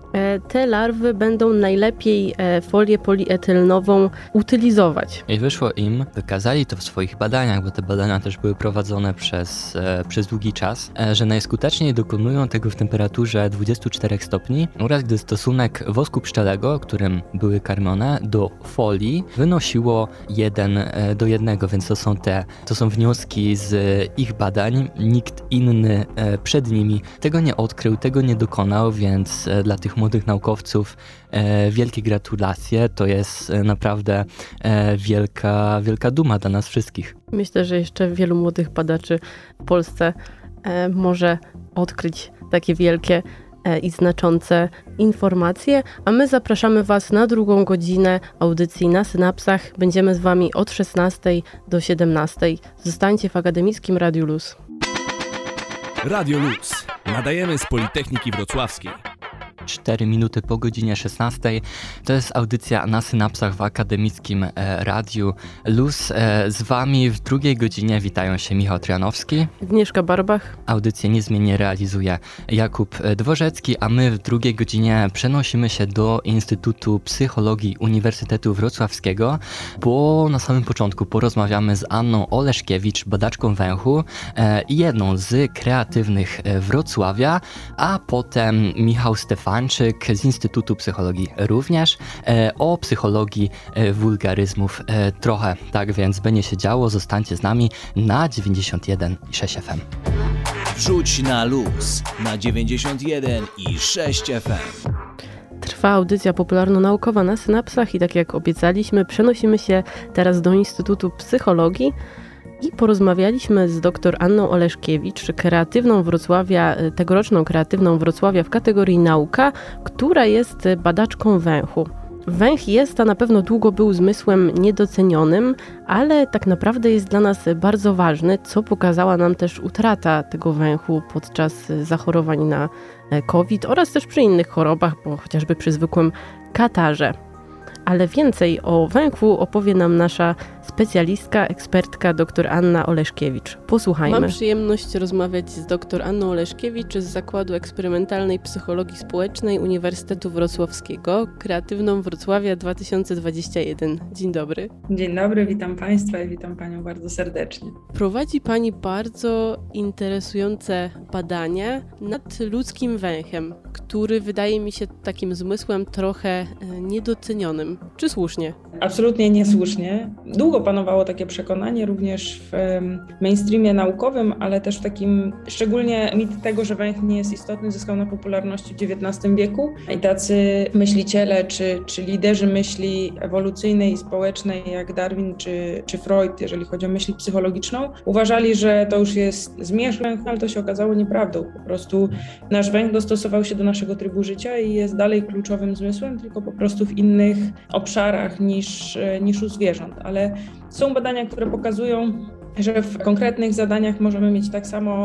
te larwy będą najlepiej folię polietylnową utylizować. I wyszło im, wykazali to w swoich badaniach, bo te badania też były prowadzone przez, e, przez długi czas, e, że najskuteczniej dokonują tego w temperaturze dwudziestu czterech stopni oraz gdy stosunek wosku pszczelego, którym były karmione, do folii wynosiło jeden do jednego, więc to są te, to są wnioski z ich badań. Nikt inny e, przed nimi tego nie odkrył, tego nie dokonał, więc e, dla tych młodych naukowców e, wielkie gratulacje. To jest e, naprawdę e, wielka, wielka duma dla nas wszystkich. Myślę, że jeszcze wielu młodych badaczy w Polsce e, może odkryć takie wielkie e, i znaczące informacje, a my zapraszamy Was na drugą godzinę audycji na Synapsach. Będziemy z Wami od szesnastej do siedemnastej. Zostańcie w Akademickim Radiu Luz. Radio Luz. Nadajemy z Politechniki Wrocławskiej. cztery minuty po godzinie szesnastej. To jest audycja na Synapsach w Akademickim e, Radiu Luz. E, z Wami w drugiej godzinie witają się Michał Trianowski. Agnieszka Barbach. Audycję niezmiennie realizuje Jakub Dworzecki, a my w drugiej godzinie przenosimy się do Instytutu Psychologii Uniwersytetu Wrocławskiego, bo na samym początku porozmawiamy z Anną Oleszkiewicz, badaczką węchu e, i jedną z kreatywnych Wrocławia, a potem Michał Stefan z Instytutu Psychologii również, e, o psychologii e, wulgaryzmów e, trochę. Tak więc będzie się działo, zostańcie z nami na dziewięćdziesiąt jeden i sześć F M. Wrzuć na luz na dziewięćdziesiąt jeden i sześć F M. Trwa audycja popularno-naukowa na Synapsach i tak jak obiecaliśmy, przenosimy się teraz do Instytutu Psychologii i porozmawialiśmy z dr Anną Oleszkiewicz, kreatywną Wrocławia, tegoroczną kreatywną Wrocławia w kategorii nauka, która jest badaczką węchu. Węch jest, a na pewno długo był zmysłem niedocenionym, ale tak naprawdę jest dla nas bardzo ważny, co pokazała nam też utrata tego węchu podczas zachorowań na COVID oraz też przy innych chorobach, bo chociażby przy zwykłym katarze. Ale więcej o węchu opowie nam nasza specjalistka, ekspertka dr Anna Oleszkiewicz. Posłuchajmy. Mam przyjemność rozmawiać z dr Anną Oleszkiewicz z Zakładu Eksperymentalnej Psychologii Społecznej Uniwersytetu Wrocławskiego, kreatywną Wrocławia dwa tysiące dwudziesty pierwszy. Dzień dobry. Dzień dobry, witam Państwa i witam Panią bardzo serdecznie. Prowadzi Pani bardzo interesujące badania nad ludzkim węchem, który wydaje mi się takim zmysłem trochę niedocenionym. Czy słusznie? Absolutnie niesłusznie. Długo panowało takie przekonanie również w mainstreamie naukowym, ale też w takim, szczególnie mit tego, że węch nie jest istotny, zyskał na popularności w dziewiętnastym wieku i tacy myśliciele czy, czy liderzy myśli ewolucyjnej i społecznej jak Darwin czy, czy Freud, jeżeli chodzi o myśl psychologiczną, uważali, że to już jest zmierzch węch, ale to się okazało nieprawdą. Po prostu nasz węch dostosował się do naszego trybu życia i jest dalej kluczowym zmysłem, tylko po prostu w innych obszarach niż, niż u zwierząt, ale są badania, które pokazują, że w konkretnych zadaniach możemy mieć tak samo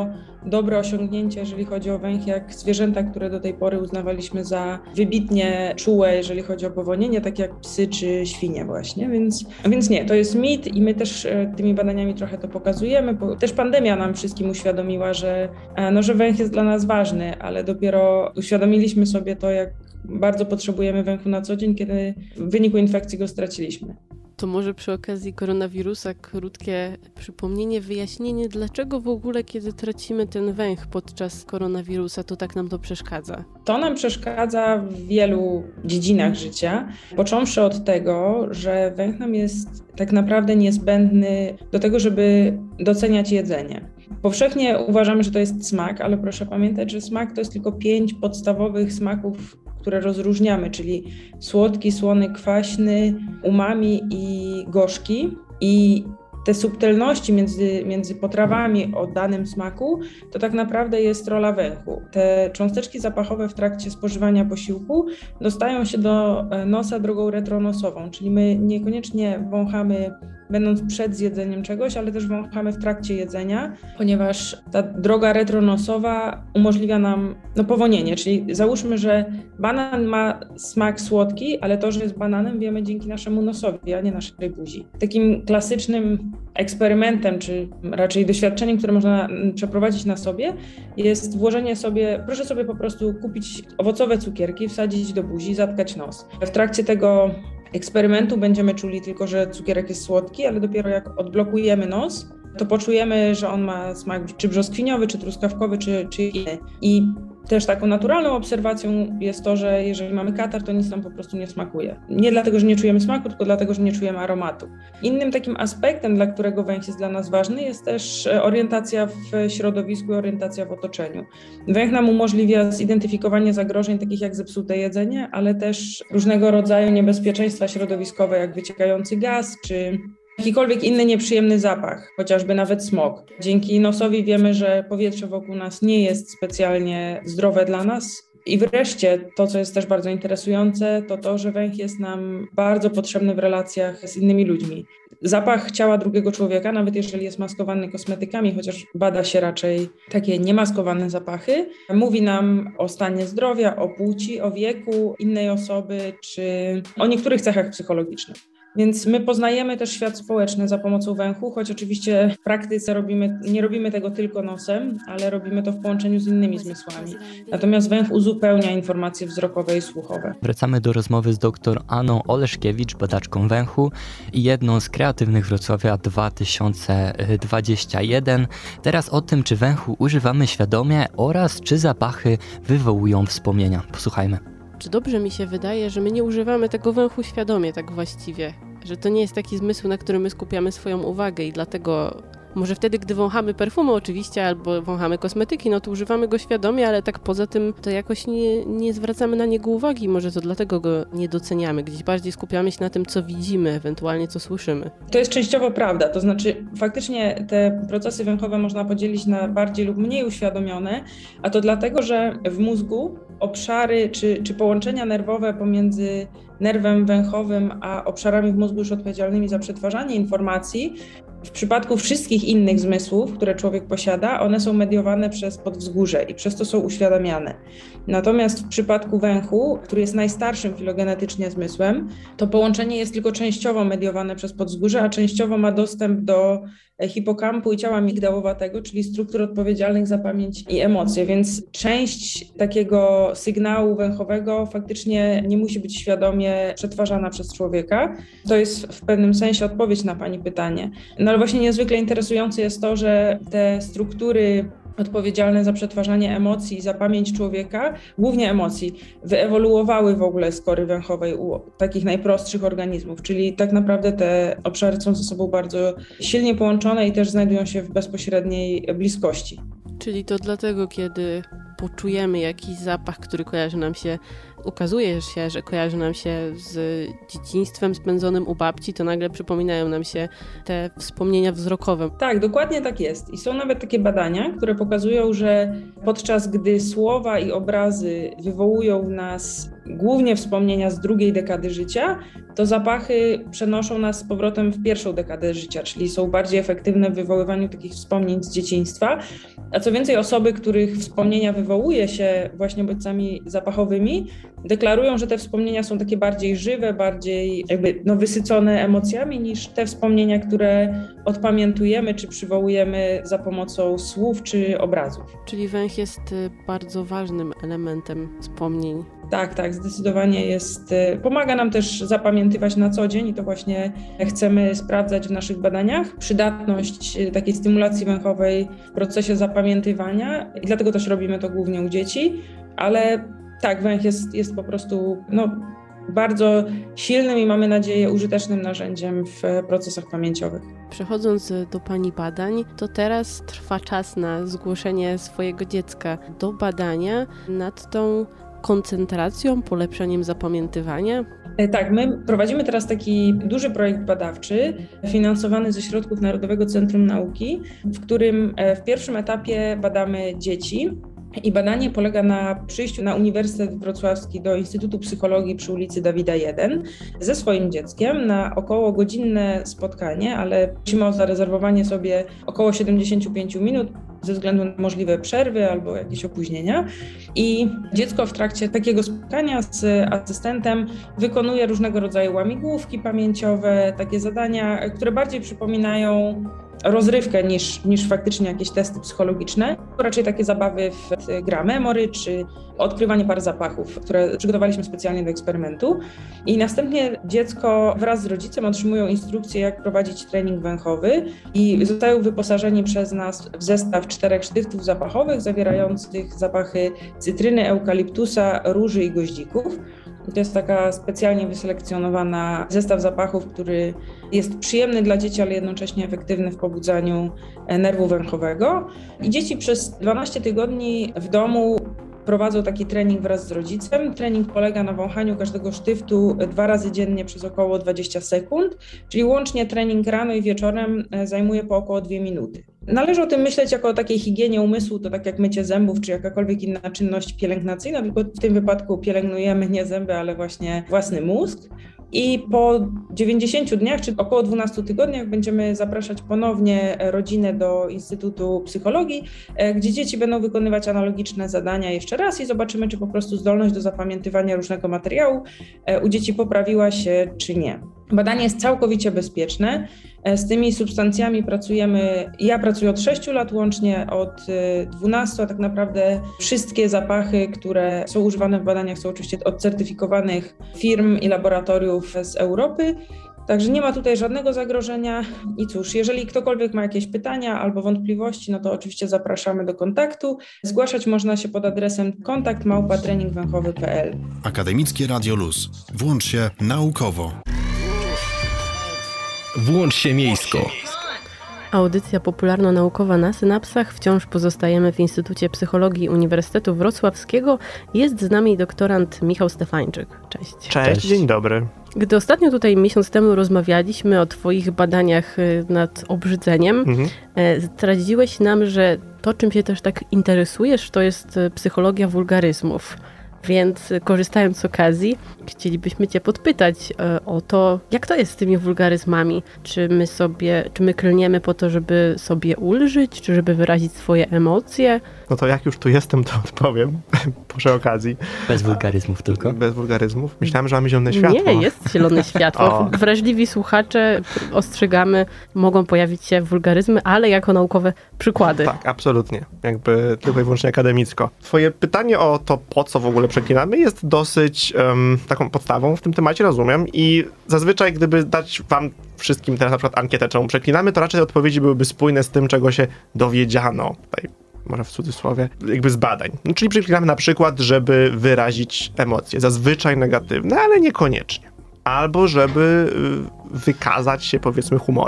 dobre osiągnięcie, jeżeli chodzi o węch, jak zwierzęta, które do tej pory uznawaliśmy za wybitnie czułe, jeżeli chodzi o powonienie, tak jak psy czy świnie właśnie, więc, więc nie, to jest mit i my też tymi badaniami trochę to pokazujemy, bo też pandemia nam wszystkim uświadomiła, że, no, że węch jest dla nas ważny, ale dopiero uświadomiliśmy sobie to, jak bardzo potrzebujemy węchu na co dzień, kiedy w wyniku infekcji go straciliśmy. To może przy okazji koronawirusa krótkie przypomnienie, wyjaśnienie, dlaczego w ogóle, kiedy tracimy ten węch podczas koronawirusa, to tak nam to przeszkadza? To nam przeszkadza w wielu dziedzinach życia, począwszy od tego, że węch nam jest tak naprawdę niezbędny do tego, żeby doceniać jedzenie. Powszechnie uważamy, że to jest smak, ale proszę pamiętać, że smak to jest tylko pięć podstawowych smaków, które rozróżniamy, czyli słodki, słony, kwaśny, umami i gorzki. I te subtelności między, między potrawami o danym smaku, to tak naprawdę jest rola węchu. Te cząsteczki zapachowe w trakcie spożywania posiłku dostają się do nosa drogą retronosową, czyli my niekoniecznie wąchamy będąc przed zjedzeniem czegoś, ale też wąchamy w trakcie jedzenia, ponieważ ta droga retronosowa umożliwia nam no, powonienie, czyli załóżmy, że banan ma smak słodki, ale to, że jest bananem, wiemy dzięki naszemu nosowi, a nie naszej buzi. Takim klasycznym eksperymentem, czy raczej doświadczeniem, które można przeprowadzić na sobie, jest włożenie sobie, proszę sobie po prostu kupić owocowe cukierki, wsadzić do buzi, zatkać nos. W trakcie tego eksperymentu będziemy czuli tylko, że cukierek jest słodki, ale dopiero jak odblokujemy nos, to poczujemy, że on ma smak czy brzoskwiniowy, czy truskawkowy, czy, czy inny. I też taką naturalną obserwacją jest to, że jeżeli mamy katar, to nic nam po prostu nie smakuje. Nie dlatego, że nie czujemy smaku, tylko dlatego, że nie czujemy aromatu. Innym takim aspektem, dla którego węch jest dla nas ważny, jest też orientacja w środowisku i orientacja w otoczeniu. Węch nam umożliwia zidentyfikowanie zagrożeń takich jak zepsute jedzenie, ale też różnego rodzaju niebezpieczeństwa środowiskowe, jak wyciekający gaz, czy jakikolwiek inny nieprzyjemny zapach, chociażby nawet smog. Dzięki nosowi wiemy, że powietrze wokół nas nie jest specjalnie zdrowe dla nas. I wreszcie to, co jest też bardzo interesujące, to to, że węch jest nam bardzo potrzebny w relacjach z innymi ludźmi. Zapach ciała drugiego człowieka, nawet jeżeli jest maskowany kosmetykami, chociaż bada się raczej takie niemaskowane zapachy, mówi nam o stanie zdrowia, o płci, o wieku innej osoby, czy o niektórych cechach psychologicznych. Więc my poznajemy też świat społeczny za pomocą węchu, choć oczywiście w praktyce robimy, nie robimy tego tylko nosem, ale robimy to w połączeniu z innymi zmysłami. Natomiast węch uzupełnia informacje wzrokowe i słuchowe. Wracamy do rozmowy z dr Anną Oleszkiewicz, badaczką węchu i jedną z kreatywnych Wrocławia dwa tysiące dwudziestego pierwszego. Teraz o tym, czy węchu używamy świadomie oraz czy zapachy wywołują wspomnienia. Posłuchajmy. Czy dobrze mi się wydaje, że my nie używamy tego węchu świadomie tak właściwie? Że to nie jest taki zmysł, na którym my skupiamy swoją uwagę i dlatego może wtedy, gdy wąchamy perfumy oczywiście albo wąchamy kosmetyki, no to używamy go świadomie, ale tak poza tym to jakoś nie, nie zwracamy na niego uwagi. Może to dlatego go nie doceniamy. Gdzieś bardziej skupiamy się na tym, co widzimy, ewentualnie co słyszymy. To jest częściowo prawda. To znaczy faktycznie te procesy węchowe można podzielić na bardziej lub mniej uświadomione, a to dlatego, że w mózgu obszary czy, czy połączenia nerwowe pomiędzy nerwem węchowym a obszarami w mózgu już odpowiedzialnymi za przetwarzanie informacji, w przypadku wszystkich innych zmysłów, które człowiek posiada, one są mediowane przez podwzgórze i przez to są uświadamiane. Natomiast w przypadku węchu, który jest najstarszym filogenetycznie zmysłem, to połączenie jest tylko częściowo mediowane przez podwzgórze, a częściowo ma dostęp do hipokampu i ciała migdałowatego, czyli struktur odpowiedzialnych za pamięć i emocje, więc część takiego sygnału węchowego faktycznie nie musi być świadomie przetwarzana przez człowieka. To jest w pewnym sensie odpowiedź na Pani pytanie. No ale właśnie niezwykle interesujące jest to, że te struktury odpowiedzialne za przetwarzanie emocji, za pamięć człowieka, głównie emocji, wyewoluowały w ogóle z kory węchowej u takich najprostszych organizmów, czyli tak naprawdę te obszary są ze sobą bardzo silnie połączone i też znajdują się w bezpośredniej bliskości. Czyli to dlatego, kiedy poczujemy jakiś zapach, który kojarzy nam się, ukazuje się, że kojarzy nam się z dzieciństwem spędzonym u babci, to nagle przypominają nam się te wspomnienia wzrokowe. Tak, dokładnie tak jest. I są nawet takie badania, które pokazują, że podczas gdy słowa i obrazy wywołują w nas głównie wspomnienia z drugiej dekady życia, to zapachy przenoszą nas z powrotem w pierwszą dekadę życia, czyli są bardziej efektywne w wywoływaniu takich wspomnień z dzieciństwa. A co więcej, osoby, których wspomnienia wywołuje się właśnie bodźcami zapachowymi, deklarują, że te wspomnienia są takie bardziej żywe, bardziej jakby no, wysycone emocjami niż te wspomnienia, które odpamiętujemy czy przywołujemy za pomocą słów czy obrazów. Czyli węch jest bardzo ważnym elementem wspomnień. Tak, tak, zdecydowanie jest. Pomaga nam też zapamiętywać na co dzień i to właśnie chcemy sprawdzać w naszych badaniach. Przydatność takiej stymulacji węchowej w procesie zapamiętywania i dlatego też robimy to głównie u dzieci, ale tak, węch jest, jest po prostu no, bardzo silnym i mamy nadzieję użytecznym narzędziem w procesach pamięciowych. Przechodząc do Pani badań, to teraz trwa czas na zgłoszenie swojego dziecka do badania nad tą koncentracją, polepszeniem zapamiętywania? Tak, my prowadzimy teraz taki duży projekt badawczy finansowany ze środków Narodowego Centrum Nauki, w którym w pierwszym etapie badamy dzieci. I badanie polega na przyjściu na Uniwersytet Wrocławski do Instytutu Psychologii przy ulicy Dawida jeden ze swoim dzieckiem na około godzinne spotkanie, ale prosimy o zarezerwowanie sobie około siedemdziesiąt pięć minut ze względu na możliwe przerwy albo jakieś opóźnienia. I dziecko w trakcie takiego spotkania z asystentem wykonuje różnego rodzaju łamigłówki pamięciowe, takie zadania, które bardziej przypominają rozrywkę niż, niż faktycznie jakieś testy psychologiczne. Raczej takie zabawy w gra memory czy odkrywanie par zapachów, które przygotowaliśmy specjalnie do eksperymentu. I następnie dziecko wraz z rodzicem otrzymują instrukcje, jak prowadzić trening węchowy i zostają wyposażeni przez nas w zestaw czterech sztyftów zapachowych zawierających zapachy cytryny, eukaliptusa, róży i goździków. To jest taka specjalnie wyselekcjonowana zestaw zapachów, który jest przyjemny dla dzieci, ale jednocześnie efektywny w pobudzaniu nerwu węchowego. I dzieci przez dwanaście tygodni w domu prowadzą taki trening wraz z rodzicem. Trening polega na wąchaniu każdego sztyftu dwa razy dziennie przez około dwadzieścia sekund, czyli łącznie trening rano i wieczorem zajmuje po około dwie minuty. Należy o tym myśleć jako o takiej higienie umysłu, to tak jak mycie zębów, czy jakakolwiek inna czynność pielęgnacyjna, tylko w tym wypadku pielęgnujemy nie zęby, ale właśnie własny mózg. I po dziewięćdziesięciu dniach, czy około dwunastu tygodniach będziemy zapraszać ponownie rodzinę do Instytutu Psychologii, gdzie dzieci będą wykonywać analogiczne zadania jeszcze raz i zobaczymy, czy po prostu zdolność do zapamiętywania różnego materiału u dzieci poprawiła się, czy nie. Badanie jest całkowicie bezpieczne. Z tymi substancjami pracujemy, ja pracuję od sześciu lat łącznie, od dwunastu, a tak naprawdę wszystkie zapachy, które są używane w badaniach, są oczywiście od certyfikowanych firm i laboratoriów z Europy. Także nie ma tutaj żadnego zagrożenia i cóż, jeżeli ktokolwiek ma jakieś pytania albo wątpliwości, no to oczywiście zapraszamy do kontaktu. Zgłaszać można się pod adresem kontakt małpa treningwęchowy kropka p l. Akademickie Radio Luz. Włącz się naukowo. Włącz się miejsko. Audycja popularno-naukowa na synapsach. Wciąż pozostajemy w Instytucie Psychologii Uniwersytetu Wrocławskiego. Jest z nami doktorant Michał Stefańczyk. Cześć. Cześć. Cześć, dzień dobry. Gdy ostatnio tutaj miesiąc temu rozmawialiśmy o Twoich badaniach nad obrzydzeniem, mhm. zdradziłeś nam, że to, czym się też tak interesujesz, to jest psychologia wulgaryzmów. Więc korzystając z okazji, chcielibyśmy Cię podpytać o to, jak to jest z tymi wulgaryzmami. Czy my sobie, czy my klniemy po to, żeby sobie ulżyć, czy żeby wyrazić swoje emocje? No to jak już tu jestem, to odpowiem przy okazji. Bez wulgaryzmów tylko? Bez wulgaryzmów? Myślałem, że mamy zielone światło. Nie, jest zielone światło. Wrażliwi słuchacze, ostrzegamy, mogą pojawić się wulgaryzmy, ale jako naukowe przykłady. Tak, absolutnie. Jakby tylko i wyłącznie akademicko. Twoje pytanie o to, po co w ogóle przeklinamy, jest dosyć um, taką podstawą w tym temacie, rozumiem. I zazwyczaj, gdyby dać wam wszystkim teraz na przykład ankietę, czemu przeklinamy, to raczej odpowiedzi byłyby spójne z tym, czego się dowiedziano. Tutaj może w cudzysłowie, jakby z badań. No, czyli przeklinamy na przykład, żeby wyrazić emocje, zazwyczaj negatywne, ale niekoniecznie. Albo żeby wykazać się, powiedzmy, humorem.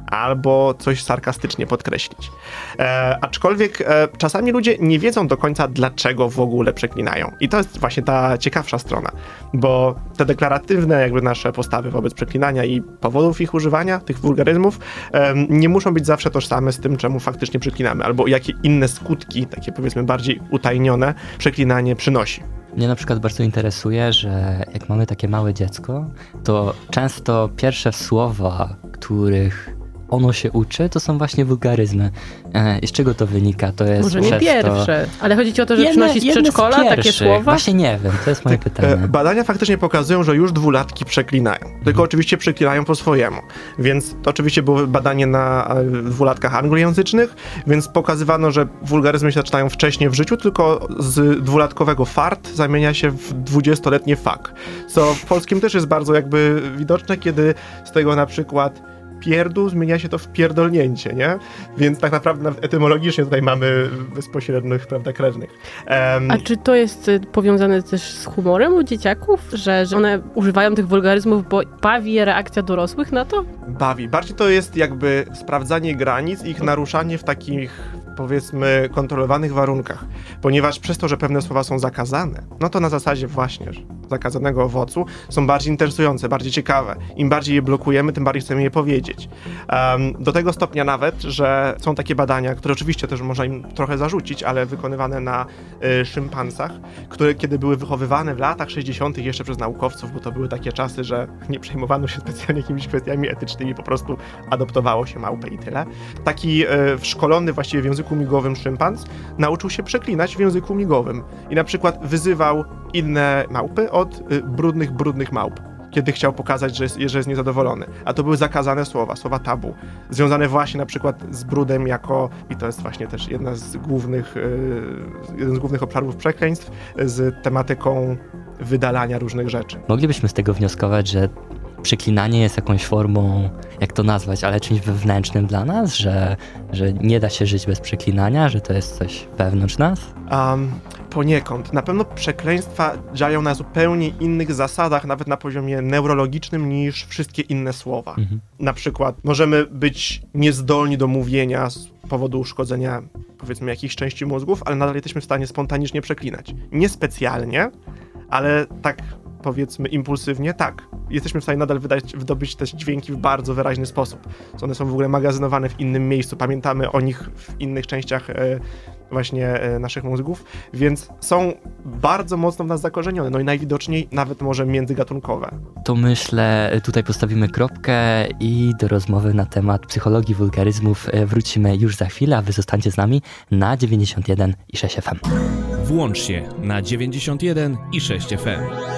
albo coś sarkastycznie podkreślić. E, aczkolwiek e, czasami ludzie nie wiedzą do końca, dlaczego w ogóle przeklinają. I to jest właśnie ta ciekawsza strona, bo te deklaratywne jakby nasze postawy wobec przeklinania i powodów ich używania, tych wulgaryzmów, e, nie muszą być zawsze tożsame z tym, czemu faktycznie przeklinamy, albo jakie inne skutki, takie powiedzmy bardziej utajnione, przeklinanie przynosi. Mnie na przykład bardzo interesuje, że jak mamy takie małe dziecko, to często pierwsze słowa, których ono się uczy, to są właśnie wulgaryzmy. E, I z czego to wynika? To jest Może nie przez pierwsze, to... ale chodzi ci o to, że jedne, przynosi z przedszkola takie słowa? Właśnie nie wiem, to jest moje pytanie. E, badania faktycznie pokazują, że już dwulatki przeklinają. Tylko mhm. oczywiście przeklinają po swojemu. Więc to oczywiście było badanie na dwulatkach anglojęzycznych, więc pokazywano, że wulgaryzmy się zaczynają wcześniej w życiu, tylko z dwulatkowego fart zamienia się w dwudziestoletnie fuck. Co w polskim też jest bardzo jakby widoczne, kiedy z tego na przykład pierdół zmienia się to w pierdolnięcie, nie? Więc tak naprawdę nawet etymologicznie tutaj mamy bezpośrednich, prawda, krewnych. Um, A czy to jest powiązane też z humorem u dzieciaków? Że, że one używają tych wulgaryzmów, bo bawi je reakcja dorosłych na to? Bawi. Bardziej to jest jakby sprawdzanie granic i ich naruszanie w takich, powiedzmy, kontrolowanych warunkach. Ponieważ przez to, że pewne słowa są zakazane, no to na zasadzie właśnie zakazanego owocu są bardziej interesujące, bardziej ciekawe. Im bardziej je blokujemy, tym bardziej chcemy je powiedzieć. Um, do tego stopnia nawet, że są takie badania, które oczywiście też można im trochę zarzucić, ale wykonywane na y, szympansach, które kiedy były wychowywane w latach sześćdziesiątych jeszcze przez naukowców, bo to były takie czasy, że nie przejmowano się specjalnie jakimiś kwestiami etycznymi, po prostu adoptowało się małpę i tyle. Taki y, szkolony właściwie w języku migowym szympans nauczył się przeklinać w języku migowym i na przykład wyzywał inne małpy od y, brudnych, brudnych małp, kiedy chciał pokazać, że jest, że jest niezadowolony. A to były zakazane słowa, słowa tabu, związane właśnie na przykład z brudem jako, i to jest właśnie też jedna z głównych, yy, jeden z głównych obszarów przekleństw, z tematyką wydalania różnych rzeczy. Moglibyśmy z tego wnioskować, że przeklinanie jest jakąś formą, jak to nazwać, ale czymś wewnętrznym dla nas, że, że nie da się żyć bez przeklinania, że to jest coś wewnątrz nas? Um, poniekąd. Na pewno przekleństwa działają na zupełnie innych zasadach, nawet na poziomie neurologicznym, niż wszystkie inne słowa. Mhm. Na przykład możemy być niezdolni do mówienia z powodu uszkodzenia, powiedzmy, jakichś części mózgów, ale nadal jesteśmy w stanie spontanicznie przeklinać. Nie specjalnie, ale tak, powiedzmy, impulsywnie, tak. Jesteśmy w stanie nadal wydać, wydobyć te dźwięki w bardzo wyraźny sposób. One są w ogóle magazynowane w innym miejscu, pamiętamy o nich w innych częściach e, właśnie e, naszych mózgów, więc są bardzo mocno w nas zakorzenione, no i najwidoczniej nawet może międzygatunkowe. To myślę, tutaj postawimy kropkę i do rozmowy na temat psychologii wulgaryzmów wrócimy już za chwilę, a wy zostańcie z nami na dziewięćdziesiąt jeden i sześć F M. Włącz się na dziewięćdziesiąt jeden i sześć F M.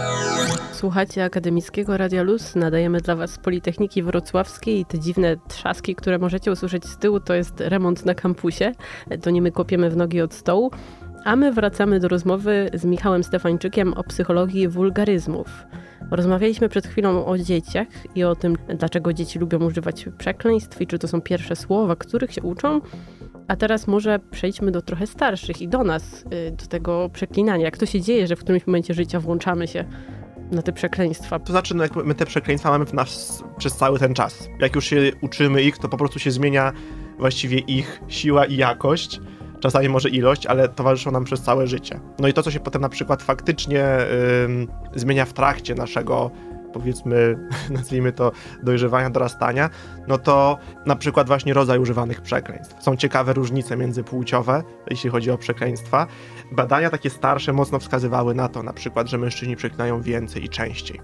Słuchacie Akademickiego Radia Luz, nadajemy dla was z Politechniki Wrocławskiej i te dziwne trzaski, które możecie usłyszeć z tyłu, to jest remont na kampusie, to nie my kopiemy w nogi od stołu, a my wracamy do rozmowy z Michałem Stefańczykiem o psychologii wulgaryzmów. Rozmawialiśmy przed chwilą o dzieciach i o tym, dlaczego dzieci lubią używać przekleństw i czy to są pierwsze słowa, których się uczą. A teraz może przejdźmy do trochę starszych i do nas, do tego przeklinania. Jak to się dzieje, że w którymś momencie życia włączamy się na te przekleństwa? To znaczy, no jak my te przekleństwa mamy w nas przez cały ten czas. Jak już się uczymy ich, to po prostu się zmienia właściwie ich siła i jakość. Czasami może ilość, ale towarzyszą nam przez całe życie. No i to, co się potem na przykład faktycznie ym, zmienia w trakcie naszego, powiedzmy, nazwijmy to, dojrzewania, dorastania, no to na przykład właśnie rodzaj używanych przekleństw. Są ciekawe różnice międzypłciowe, jeśli chodzi o przekleństwa. Badania takie starsze mocno wskazywały na to, na przykład, że mężczyźni przeklinają więcej i częściej.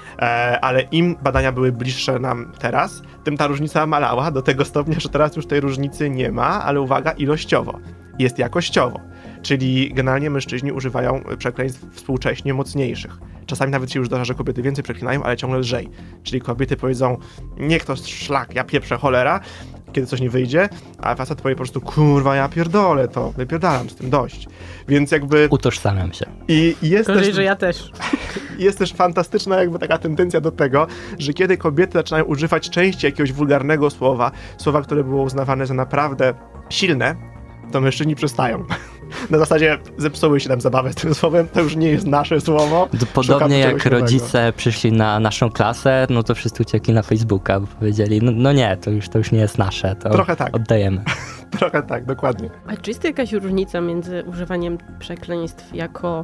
E, ale im badania były bliższe nam teraz, tym ta różnica malała do tego stopnia, że teraz już tej różnicy nie ma, ale uwaga, ilościowo. Jest jakościowo. Czyli generalnie mężczyźni używają przekleństw współcześnie mocniejszych. Czasami nawet się już zdarza, że kobiety więcej przeklinają, ale ciągle lżej. Czyli kobiety powiedzą, niech to szlak, ja pieprzę, cholera, kiedy coś nie wyjdzie, a facet powie po prostu, kurwa, ja pierdolę to, wypierdalam z tym dość. Więc jakby... Utożsamiam się. I jest Gorzej, też... że ja też. Jest też fantastyczna jakby taka tendencja do tego, że kiedy kobiety zaczynają używać częściej jakiegoś wulgarnego słowa, słowa, które było uznawane za naprawdę silne, to mężczyźni przestają. Na zasadzie zepsuły się nam zabawę z tym słowem, to już nie jest nasze słowo. To podobnie jak rodzice przyszli na naszą klasę, no to wszyscy uciekli na Facebooka, bo powiedzieli, no, no nie, to już, to już nie jest nasze, to Trochę tak. oddajemy. Trochę tak, dokładnie. A czy jest jakaś różnica między używaniem przekleństw jako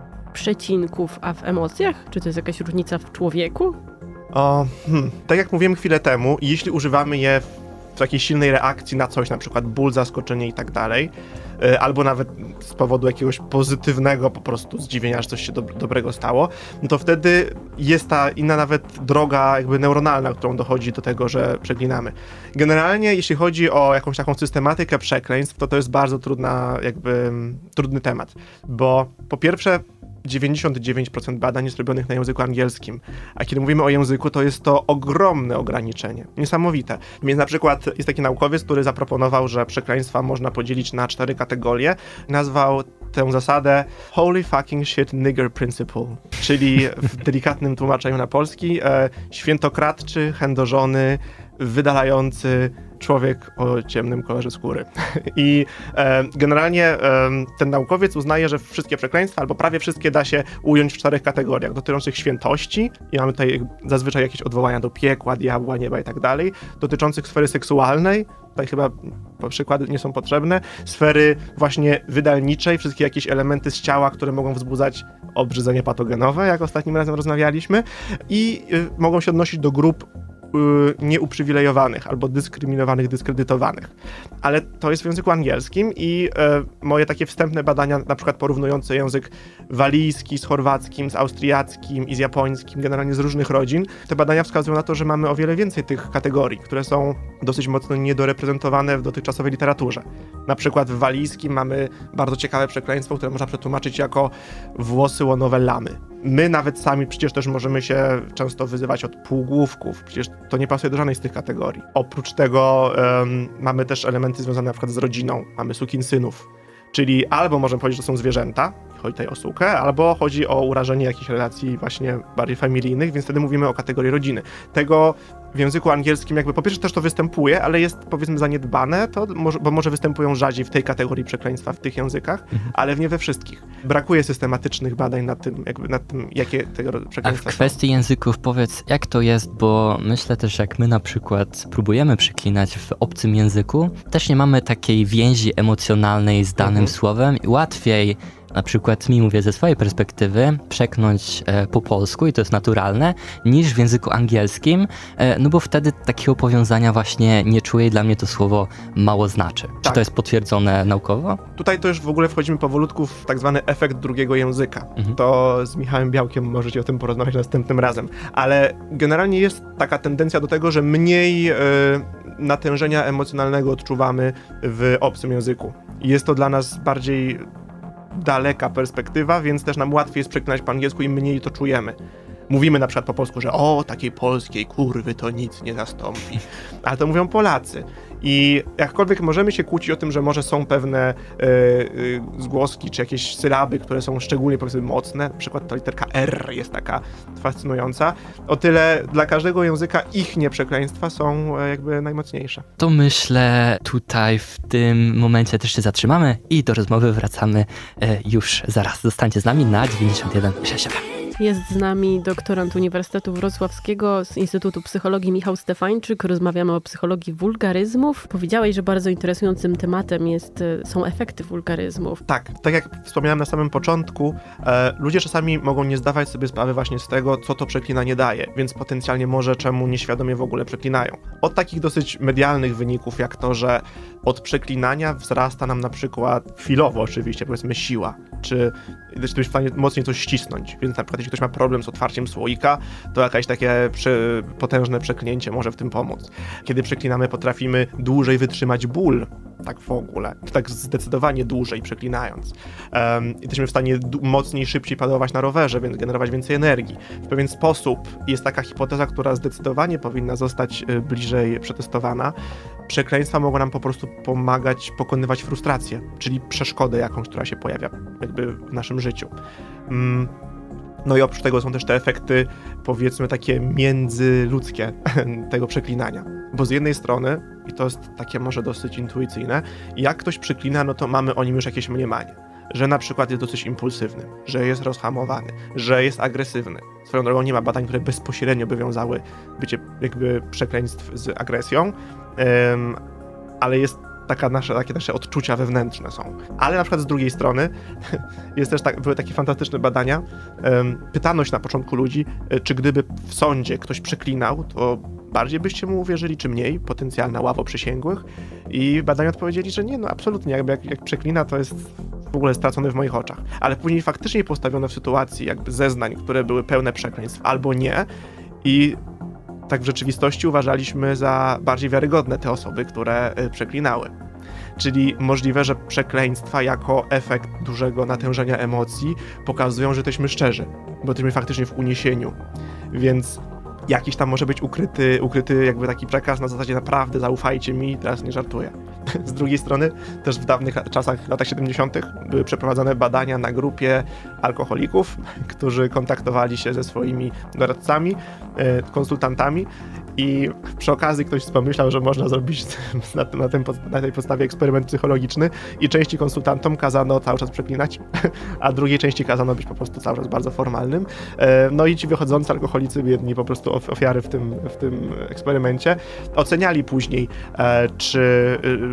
przecinków, a w emocjach? Czy to jest jakaś różnica w człowieku? O, hmm, tak jak mówiłem chwilę temu, jeśli używamy je w takiej silnej reakcji na coś, na przykład ból, zaskoczenie i tak dalej, albo nawet z powodu jakiegoś pozytywnego po prostu zdziwienia, że coś się do, dobrego stało, no to wtedy jest ta inna nawet droga jakby neuronalna, którą dochodzi do tego, że przeklinamy. Generalnie jeśli chodzi o jakąś taką systematykę przekleństw, to to jest bardzo trudna, jakby trudny temat, bo po pierwsze dziewięćdziesiąt dziewięć procent badań jest robionych na języku angielskim, a kiedy mówimy o języku, to jest to ogromne ograniczenie, niesamowite. Więc na przykład jest taki naukowiec, który zaproponował, że przekleństwa można podzielić na cztery kategorie. Nazwał tę zasadę Holy fucking shit nigger principle, czyli w delikatnym tłumaczeniu na polski e, świętokradczy, chędożony, wydalający człowiek o ciemnym kolorze skóry. I e, generalnie e, ten naukowiec uznaje, że wszystkie przekleństwa, albo prawie wszystkie da się ująć w czterech kategoriach dotyczących świętości, i mamy tutaj zazwyczaj jakieś odwołania do piekła, diabła, nieba i tak dalej, dotyczących sfery seksualnej, tutaj chyba przykłady nie są potrzebne, sfery właśnie wydalniczej, wszystkie jakieś elementy z ciała, które mogą wzbudzać obrzydzenie patogenowe, jak ostatnim razem rozmawialiśmy, i y, mogą się odnosić do grup nieuprzywilejowanych albo dyskryminowanych, dyskredytowanych. Ale to jest w języku angielskim i e, moje takie wstępne badania, na przykład porównujące język walijski z chorwackim, z austriackim i z japońskim, generalnie z różnych rodzin, te badania wskazują na to, że mamy o wiele więcej tych kategorii, które są dosyć mocno niedoreprezentowane w dotychczasowej literaturze. Na przykład w walijskim mamy bardzo ciekawe przekleństwo, które można przetłumaczyć jako włosy łonowe lamy. My nawet sami przecież też możemy się często wyzywać od półgłówków, przecież to nie pasuje do żadnej z tych kategorii. Oprócz tego um, mamy też elementy związane na przykład z rodziną, mamy sukinsynów, czyli albo możemy powiedzieć, że są zwierzęta, chodzi tutaj o sukę, albo chodzi o urażenie jakichś relacji właśnie bardziej familijnych, więc wtedy mówimy o kategorii rodziny. Tego w języku angielskim jakby po pierwsze też to występuje, ale jest powiedzmy zaniedbane, to może, bo może występują rzadziej w tej kategorii przekleństwa w tych językach, mhm. ale nie we wszystkich. Brakuje systematycznych badań nad tym, jakby nad tym, jakie tego przekleństwa są. A w kwestii są. języków powiedz, jak to jest, bo myślę też, jak my na przykład próbujemy przeklinać w obcym języku, też nie mamy takiej więzi emocjonalnej z danym mhm. słowem i łatwiej na przykład mi, mówię ze swojej perspektywy, przeknąć e, po polsku i to jest naturalne, niż w języku angielskim, e, no bo wtedy takiego powiązania właśnie nie czuję i dla mnie to słowo mało znaczy. Tak. Czy to jest potwierdzone naukowo? Tutaj to już w ogóle wchodzimy powolutku w tak zwany efekt drugiego języka. Mhm. To z Michałem Białkiem możecie o tym porozmawiać następnym razem. Ale generalnie jest taka tendencja do tego, że mniej e, natężenia emocjonalnego odczuwamy w obcym języku. Jest to dla nas bardziej daleka perspektywa, więc też nam łatwiej jest przeklinać po angielsku i mniej to czujemy. Mówimy na przykład po polsku, że o, takiej polskiej kurwy to nic nie zastąpi. Ale to mówią Polacy. I jakkolwiek możemy się kłócić o tym, że może są pewne y, y, zgłoski czy jakieś sylaby, które są szczególnie powiedzmy mocne, na przykład ta literka R jest taka fascynująca, o tyle dla każdego języka ich nieprzekleństwa są y, jakby najmocniejsze. To myślę tutaj w tym momencie też się zatrzymamy i do rozmowy wracamy y, już zaraz. Zostańcie z nami na dziewięćdziesiąt jeden i sześć F M. Jest z nami doktorant Uniwersytetu Wrocławskiego z Instytutu Psychologii Michał Stefańczyk. Rozmawiamy o psychologii wulgaryzmów. Powiedziałeś, że bardzo interesującym tematem jest, są efekty wulgaryzmów. Tak, tak jak wspomniałem na samym początku, e, ludzie czasami mogą nie zdawać sobie sprawy właśnie z tego, co to przeklinanie daje, więc potencjalnie może czemu nieświadomie w ogóle przeklinają. Od takich dosyć medialnych wyników, jak to, że od przeklinania wzrasta nam na przykład chwilowo oczywiście, powiedzmy siła, czy jesteś w stanie mocniej coś ścisnąć, więc na przykład jeśli ktoś ma problem z otwarciem słoika, to jakieś takie przy, potężne przeklinięcie może w tym pomóc. Kiedy przeklinamy, potrafimy dłużej wytrzymać ból, tak w ogóle, tak zdecydowanie dłużej przeklinając. Um, jesteśmy w stanie d- mocniej, szybciej padować na rowerze, więc generować więcej energii. W pewien sposób jest taka hipoteza, która zdecydowanie powinna zostać y, bliżej przetestowana. Przekleństwa mogą nam po prostu pomagać pokonywać frustrację, czyli przeszkodę jakąś, która się pojawia jakby w naszym życiu. Um, No i oprócz tego są też te efekty, powiedzmy, takie międzyludzkie tego przeklinania. Bo z jednej strony, i to jest takie może dosyć intuicyjne, jak ktoś przeklina, no to mamy o nim już jakieś mniemanie. Że na przykład jest dosyć impulsywny, że jest rozhamowany, że jest agresywny. Swoją drogą nie ma badań, które bezpośrednio by wiązały bycie jakby przekleństw z agresją, um, ale jest taka nasze, takie nasze odczucia wewnętrzne są. Ale na przykład z drugiej strony jest też tak, były takie fantastyczne badania. Um, pytano się na początku ludzi, czy gdyby w sądzie ktoś przeklinał, to bardziej byście mu uwierzyli, czy mniej, potencjalna ławo przysięgłych. I badania odpowiedzieli, że nie, no absolutnie, jakby jak, jak przeklina, to jest w ogóle stracony w moich oczach. Ale później faktycznie postawiono w sytuacji jakby zeznań, które były pełne przekleństw, albo nie. I tak w rzeczywistości uważaliśmy za bardziej wiarygodne te osoby, które przeklinały. Czyli możliwe, że przekleństwa jako efekt dużego natężenia emocji pokazują, że jesteśmy szczerzy, bo jesteśmy faktycznie w uniesieniu. Więc jakiś tam może być ukryty, ukryty jakby taki przekaz na zasadzie naprawdę zaufajcie mi, teraz nie żartuję. Z drugiej strony też w dawnych czasach, latach siedemdziesiątych były przeprowadzone badania na grupie alkoholików, którzy kontaktowali się ze swoimi doradcami, konsultantami i przy okazji ktoś pomyślał, że można zrobić na, na, tym, na tej podstawie eksperyment psychologiczny i części konsultantom kazano cały czas przeklinać, a drugiej części kazano być po prostu cały czas bardzo formalnym. No i ci wychodzący alkoholicy, biedni po prostu ofiary w tym, w tym eksperymencie, oceniali później, czy,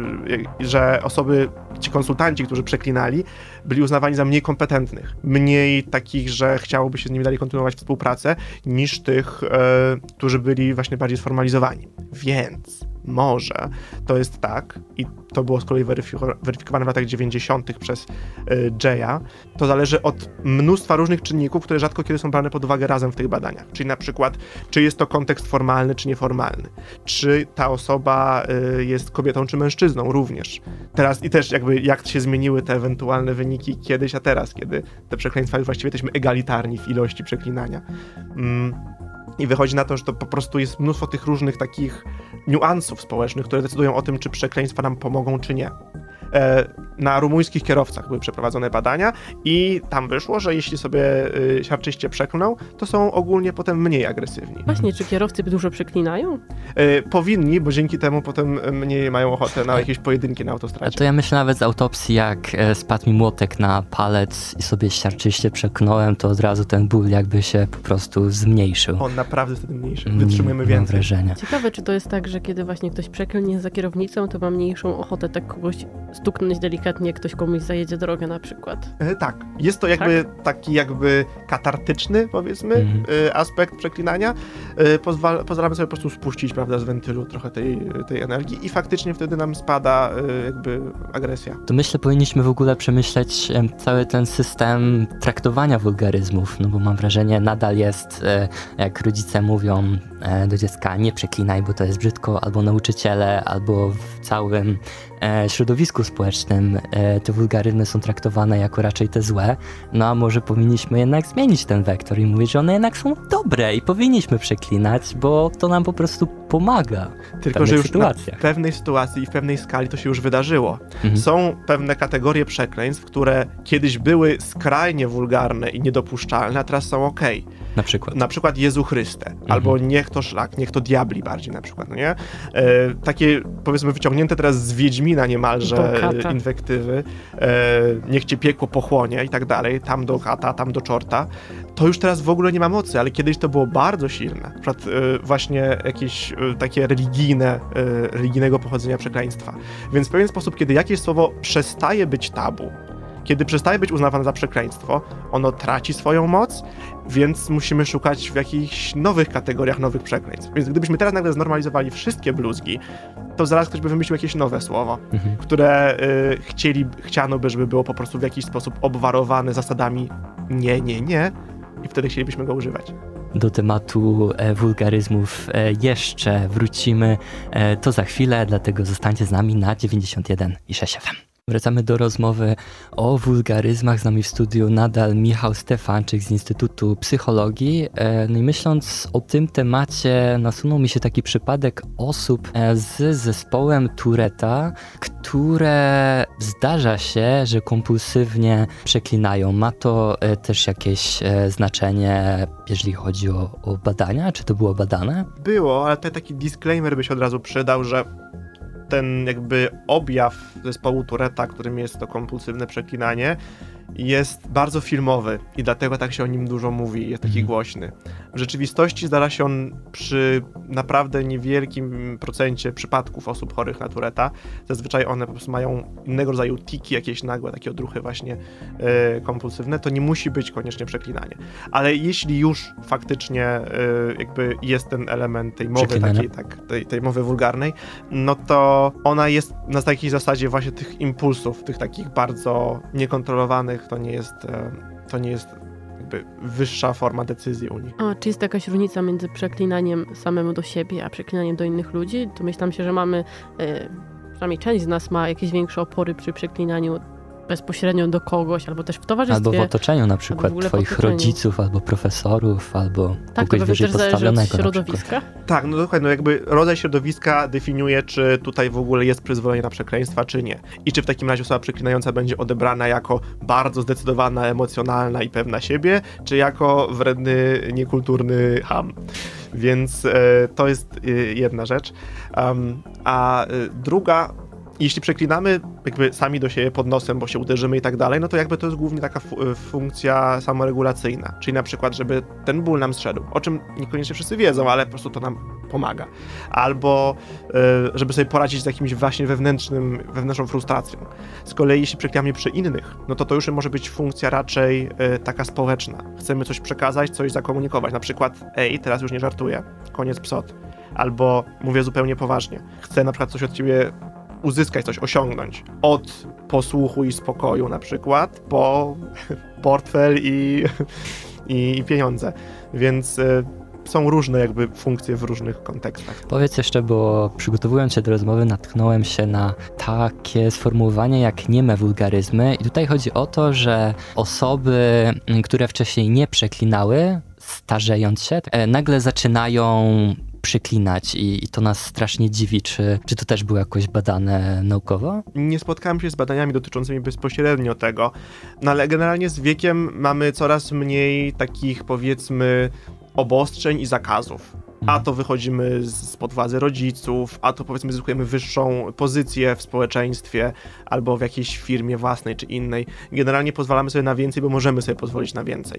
że osoby, ci konsultanci, którzy przeklinali, byli uznawani za mniej kompetentnych, mniej takich, że chciałoby się z nimi dalej kontynuować współpracę, niż tych, którzy byli właśnie bardziej sformalizowani. Więc może to jest tak, i to było z kolei weryfiko- weryfikowane w latach dziewięćdziesiątych przez y, Jaya, to zależy od mnóstwa różnych czynników, które rzadko kiedy są brane pod uwagę razem w tych badaniach. Czyli na przykład, czy jest to kontekst formalny, czy nieformalny. Czy ta osoba y, jest kobietą, czy mężczyzną również. Teraz i też jakby jak się zmieniły te ewentualne wyniki kiedyś, a teraz, kiedy te przekleństwa już właściwie jesteśmy egalitarni w ilości przeklinania. Mm. I wychodzi na to, że to po prostu jest mnóstwo tych różnych takich niuansów społecznych, które decydują o tym, czy przekleństwa nam pomogą, czy nie. E, na rumuńskich kierowcach były przeprowadzone badania i tam wyszło, że jeśli sobie y, siarczyście przeklną, to są ogólnie potem mniej agresywni. Właśnie, czy kierowcy dużo przeklinają? E, powinni, bo dzięki temu potem mniej mają ochotę na jakieś pojedynki na autostradzie. To ja myślę nawet z autopsji, jak spadł mi młotek na palec i sobie siarczyście przeklnąłem, to od razu ten ból jakby się po prostu zmniejszył. On naprawdę wtedy mniejszy. Wytrzymujemy mm, więcej. Wrażenia. Ciekawe, czy to jest tak, że kiedy właśnie ktoś przeklnie za kierownicą, to ma mniejszą ochotę tak kogoś stuknąć delikatnie, jak ktoś komuś zajedzie drogę na przykład. E, tak. Jest to jakby tak? taki jakby katartyczny, powiedzmy, mm. e, aspekt przeklinania. E, pozwala, pozwalamy sobie po prostu spuścić, prawda, z wentylu trochę tej, tej energii i faktycznie wtedy nam spada e, jakby agresja. To myślę, powinniśmy w ogóle przemyśleć e, cały ten system traktowania wulgaryzmów, no bo mam wrażenie, nadal jest, e, jak rodzice mówią e, do dziecka, nie przeklinaj, bo to jest brzydko, albo nauczyciele, albo w całym e, środowisku społecznym e, te wulgaryzmy są traktowane jako raczej te złe, no a może powinniśmy jednak zmienić ten wektor i mówić, że one jednak są dobre i powinniśmy przeklinać, bo to nam po prostu pomaga. Tylko, że już sytuacjach. W pewnej sytuacji i w pewnej skali to się już wydarzyło. Mhm. Są pewne kategorie przekleństw, które kiedyś były skrajnie wulgarne i niedopuszczalne, a teraz są okej. Okay. Na przykład? Na przykład Jezu Chryste, mhm. albo niech to szlak, niech to diabli bardziej na przykład, no nie? E, takie powiedzmy wyciągnięte teraz z Wiedźmina niemalże inwektywy, e, niech cię piekło pochłonie i tak dalej, tam do kata, tam do czorta, to już teraz w ogóle nie ma mocy, ale kiedyś to było bardzo silne. Na przykład e, właśnie jakieś e, takie religijne, e, religijnego pochodzenia przekleństwa. Więc w pewien sposób, kiedy jakieś słowo przestaje być tabu, kiedy przestaje być uznawane za przekleństwo, ono traci swoją moc, więc musimy szukać w jakichś nowych kategoriach nowych przekleństw. Więc gdybyśmy teraz nagle znormalizowali wszystkie bluzgi, to zaraz ktoś by wymyślił jakieś nowe słowo, mhm. które y, chcieli, chciano by, żeby było po prostu w jakiś sposób obwarowane zasadami nie, nie, nie i wtedy chcielibyśmy go używać. Do tematu e, wulgaryzmów e, jeszcze wrócimy, e, to za chwilę, dlatego zostańcie z nami na dziewięćdziesiąt jeden i sześć F M. Wracamy do rozmowy o wulgaryzmach. Z nami w studiu nadal Michał Stefanczyk z Instytutu Psychologii. No i myśląc o tym temacie, nasunął mi się taki przypadek osób z zespołem Touretta, które zdarza się, że kompulsywnie przeklinają. Ma to też jakieś znaczenie, jeżeli chodzi o, o badania? Czy to było badane? Było, ale tutaj taki disclaimer by się od razu przydał, że ten jakby objaw zespołu Touretta, którym jest to kompulsywne przeklinanie, jest bardzo filmowy i dlatego tak się o nim dużo mówi, jest taki głośny. W rzeczywistości zdarza się on przy naprawdę niewielkim procencie przypadków osób chorych na Touretta. Zazwyczaj one po prostu mają innego rodzaju tiki, jakieś nagłe takie odruchy właśnie e, kompulsywne. To nie musi być koniecznie przeklinanie. Ale jeśli już faktycznie e, jakby jest ten element tej mowy takiej, tak, tej, tej mowy wulgarnej, no to ona jest na takiej zasadzie właśnie tych impulsów, tych takich bardzo niekontrolowanych. To nie jest, to nie jest jakby wyższa forma decyzji u nich. A czy jest jakaś różnica między przeklinaniem samemu do siebie, a przeklinaniem do innych ludzi? To myślałam się, że mamy, e, przynajmniej część z nas ma jakieś większe opory przy przeklinaniu bezpośrednio do kogoś, albo też w towarzystwie. Albo w otoczeniu na przykład twoich rodziców, albo profesorów, albo tak, kogoś wyżej postawionego. Od środowiska? Tak, no dokładnie, no jakby rodzaj środowiska definiuje, czy tutaj w ogóle jest przyzwolenie na przekleństwa, czy nie. I czy w takim razie osoba przeklinająca będzie odebrana jako bardzo zdecydowana, emocjonalna i pewna siebie, czy jako wredny, niekulturny cham. Więc e, to jest e, jedna rzecz. Um, a e, druga, jeśli przeklinamy jakby sami do siebie pod nosem, bo się uderzymy i tak dalej, no to jakby to jest głównie taka fu- funkcja samoregulacyjna. Czyli na przykład, żeby ten ból nam zszedł, o czym niekoniecznie wszyscy wiedzą, ale po prostu to nam pomaga. Albo y, żeby sobie poradzić z jakimś właśnie wewnętrznym, wewnętrzną frustracją. Z kolei jeśli przeklinamy przy innych, no to to już może być funkcja raczej y, taka społeczna. Chcemy coś przekazać, coś zakomunikować. Na przykład, ej, teraz już nie żartuję, koniec psot. Albo mówię zupełnie poważnie. Chcę na przykład coś od ciebie uzyskać, coś osiągnąć. Od posłuchu i spokoju na przykład, po portfel i, i, i pieniądze. Więc y, są różne jakby funkcje w różnych kontekstach. Powiedz jeszcze, bo przygotowując się do rozmowy natknąłem się na takie sformułowanie jak nieme wulgaryzmy i tutaj chodzi o to, że osoby, które wcześniej nie przeklinały, starzejąc się, nagle zaczynają przeklinać i, i to nas strasznie dziwi. Czy, czy to też było jakoś badane naukowo? Nie spotkałem się z badaniami dotyczącymi bezpośrednio tego, no ale generalnie z wiekiem mamy coraz mniej takich, powiedzmy, obostrzeń i zakazów. A to wychodzimy spod władzy rodziców, a to powiedzmy zyskujemy wyższą pozycję w społeczeństwie albo w jakiejś firmie własnej czy innej. Generalnie pozwalamy sobie na więcej, bo możemy sobie pozwolić na więcej.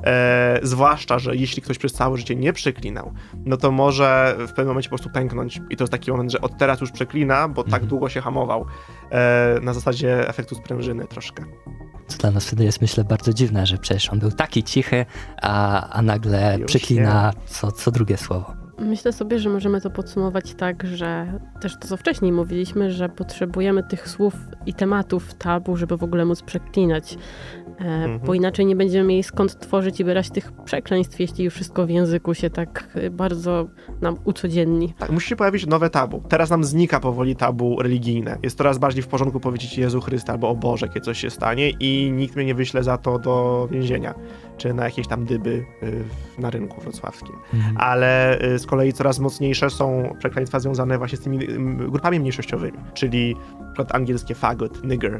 E, zwłaszcza, że jeśli ktoś przez całe życie nie przeklinał, no to może w pewnym momencie po prostu pęknąć i to jest taki moment, że od teraz już przeklina, bo tak długo się hamował. E, na zasadzie efektu sprężyny troszkę. Co dla nas wtedy jest, myślę, bardzo dziwne, że przecież on był taki cichy, a, a nagle Już przeklina co, co drugie słowo. Myślę sobie, że możemy to podsumować tak, że też to, co wcześniej mówiliśmy, że potrzebujemy tych słów i tematów tabu, żeby w ogóle móc przeklinać. E, mhm. Bo inaczej nie będziemy mieli skąd tworzyć i brać tych przekleństw, jeśli już wszystko w języku się tak bardzo nam ucodzienni. Tak, musi się pojawić nowe tabu. Teraz nam znika powoli tabu religijne. Jest coraz bardziej w porządku powiedzieć Jezu Chryste albo o Boże, kiedy coś się stanie i nikt mnie nie wyśle za to do więzienia. Czy na jakieś tam dyby y, na rynku wrocławskim. Mhm. Ale y, z kolei coraz mocniejsze są przekleństwa związane właśnie z tymi y, grupami mniejszościowymi. Czyli na przykład angielskie faggot, nigger.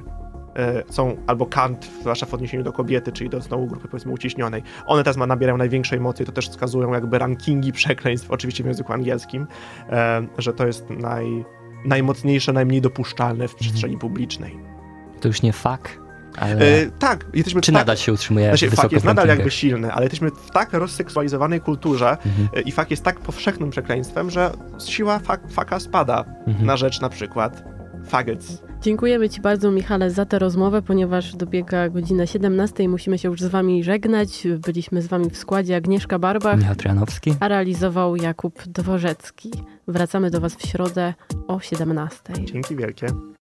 Są albo kant, zwłaszcza w odniesieniu do kobiety, czyli do znowu grupy powiedzmy uciśnionej. One teraz ma, nabierają największej mocy i to też wskazują jakby rankingi przekleństw, oczywiście w języku angielskim, że to jest naj, najmocniejsze, najmniej dopuszczalne w przestrzeni publicznej. To już nie fuck, ale... E, tak. Jesteśmy Czy tak, nadal się utrzymuje znaczy, wysoko fuck jest w nadal rankingach? jakby silny, ale jesteśmy w tak rozseksualizowanej kulturze mhm. i fuck jest tak powszechnym przekleństwem, że siła fuck, fucka spada mhm. na rzecz na przykład faggots. Dziękujemy Ci bardzo, Michale, za tę rozmowę, ponieważ dobiega godzina siedemnasta i musimy się już z Wami żegnać. Byliśmy z Wami w składzie Agnieszka Barbach, Michał Trojanowski, a realizował Jakub Dworzecki. Wracamy do Was w środę o siedemnastej. Dzięki wielkie.